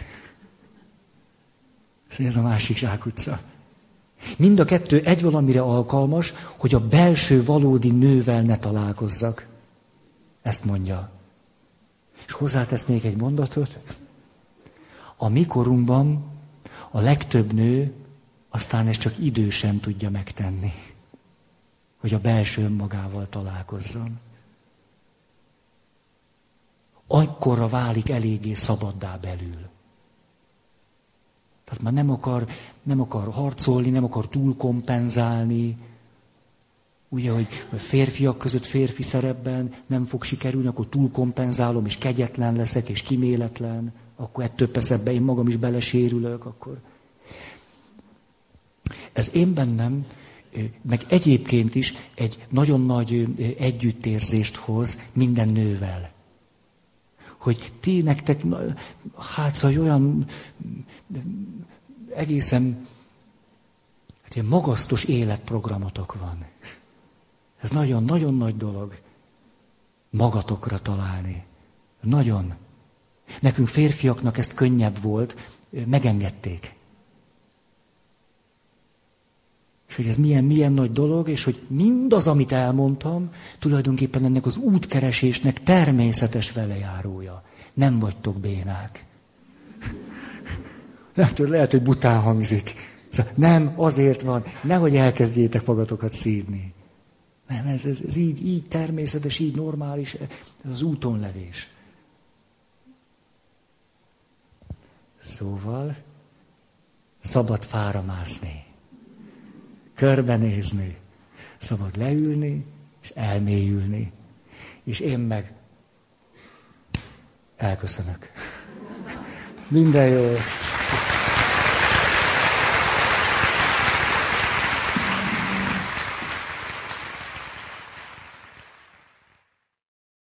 Ez a másik zsákutca. Mind a kettő egy valamire alkalmas, hogy a belső valódi nővel ne találkozzak. Ezt mondja. És hozzátesz még egy mondatot. A mi korunkban a legtöbb nő aztán ezt csak idő sem tudja megtenni, hogy a belső önmagával találkozzon. Akkorra válik eléggé szabaddá belül. Tehát már nem akar, nem akar harcolni, nem akar túlkompenzálni. Ugye, hogy férfiak között férfi szerepben nem fog sikerülni, akkor túlkompenzálom, és kegyetlen leszek, és kiméletlen. akkor ettől persze én magam is belesérülök, akkor... Ez én bennem, meg egyébként is egy nagyon nagy együttérzést hoz minden nővel. Hogy ti nektek, hát szóval olyan egészen hát ilyen magasztos életprogramotok van. Ez nagyon-nagyon nagy dolog. Magatokra találni. Nagyon. Nekünk férfiaknak ezt könnyebb volt, megengedték. És hogy ez milyen, milyen nagy dolog, és hogy mindaz, amit elmondtam, tulajdonképpen ennek az útkeresésnek természetes velejárója. Nem vagytok bénák. Nem tudom, lehet, hogy bután hangzik. Szóval nem, azért van, nehogy elkezdjétek magatokat szídni. Nem, ez, ez, ez így, így természetes, így normális, ez az úton levés. Szóval szabad fára mászni. Körbenézni, szabad leülni, és elmélyülni. És én meg elköszönök. Minden jót!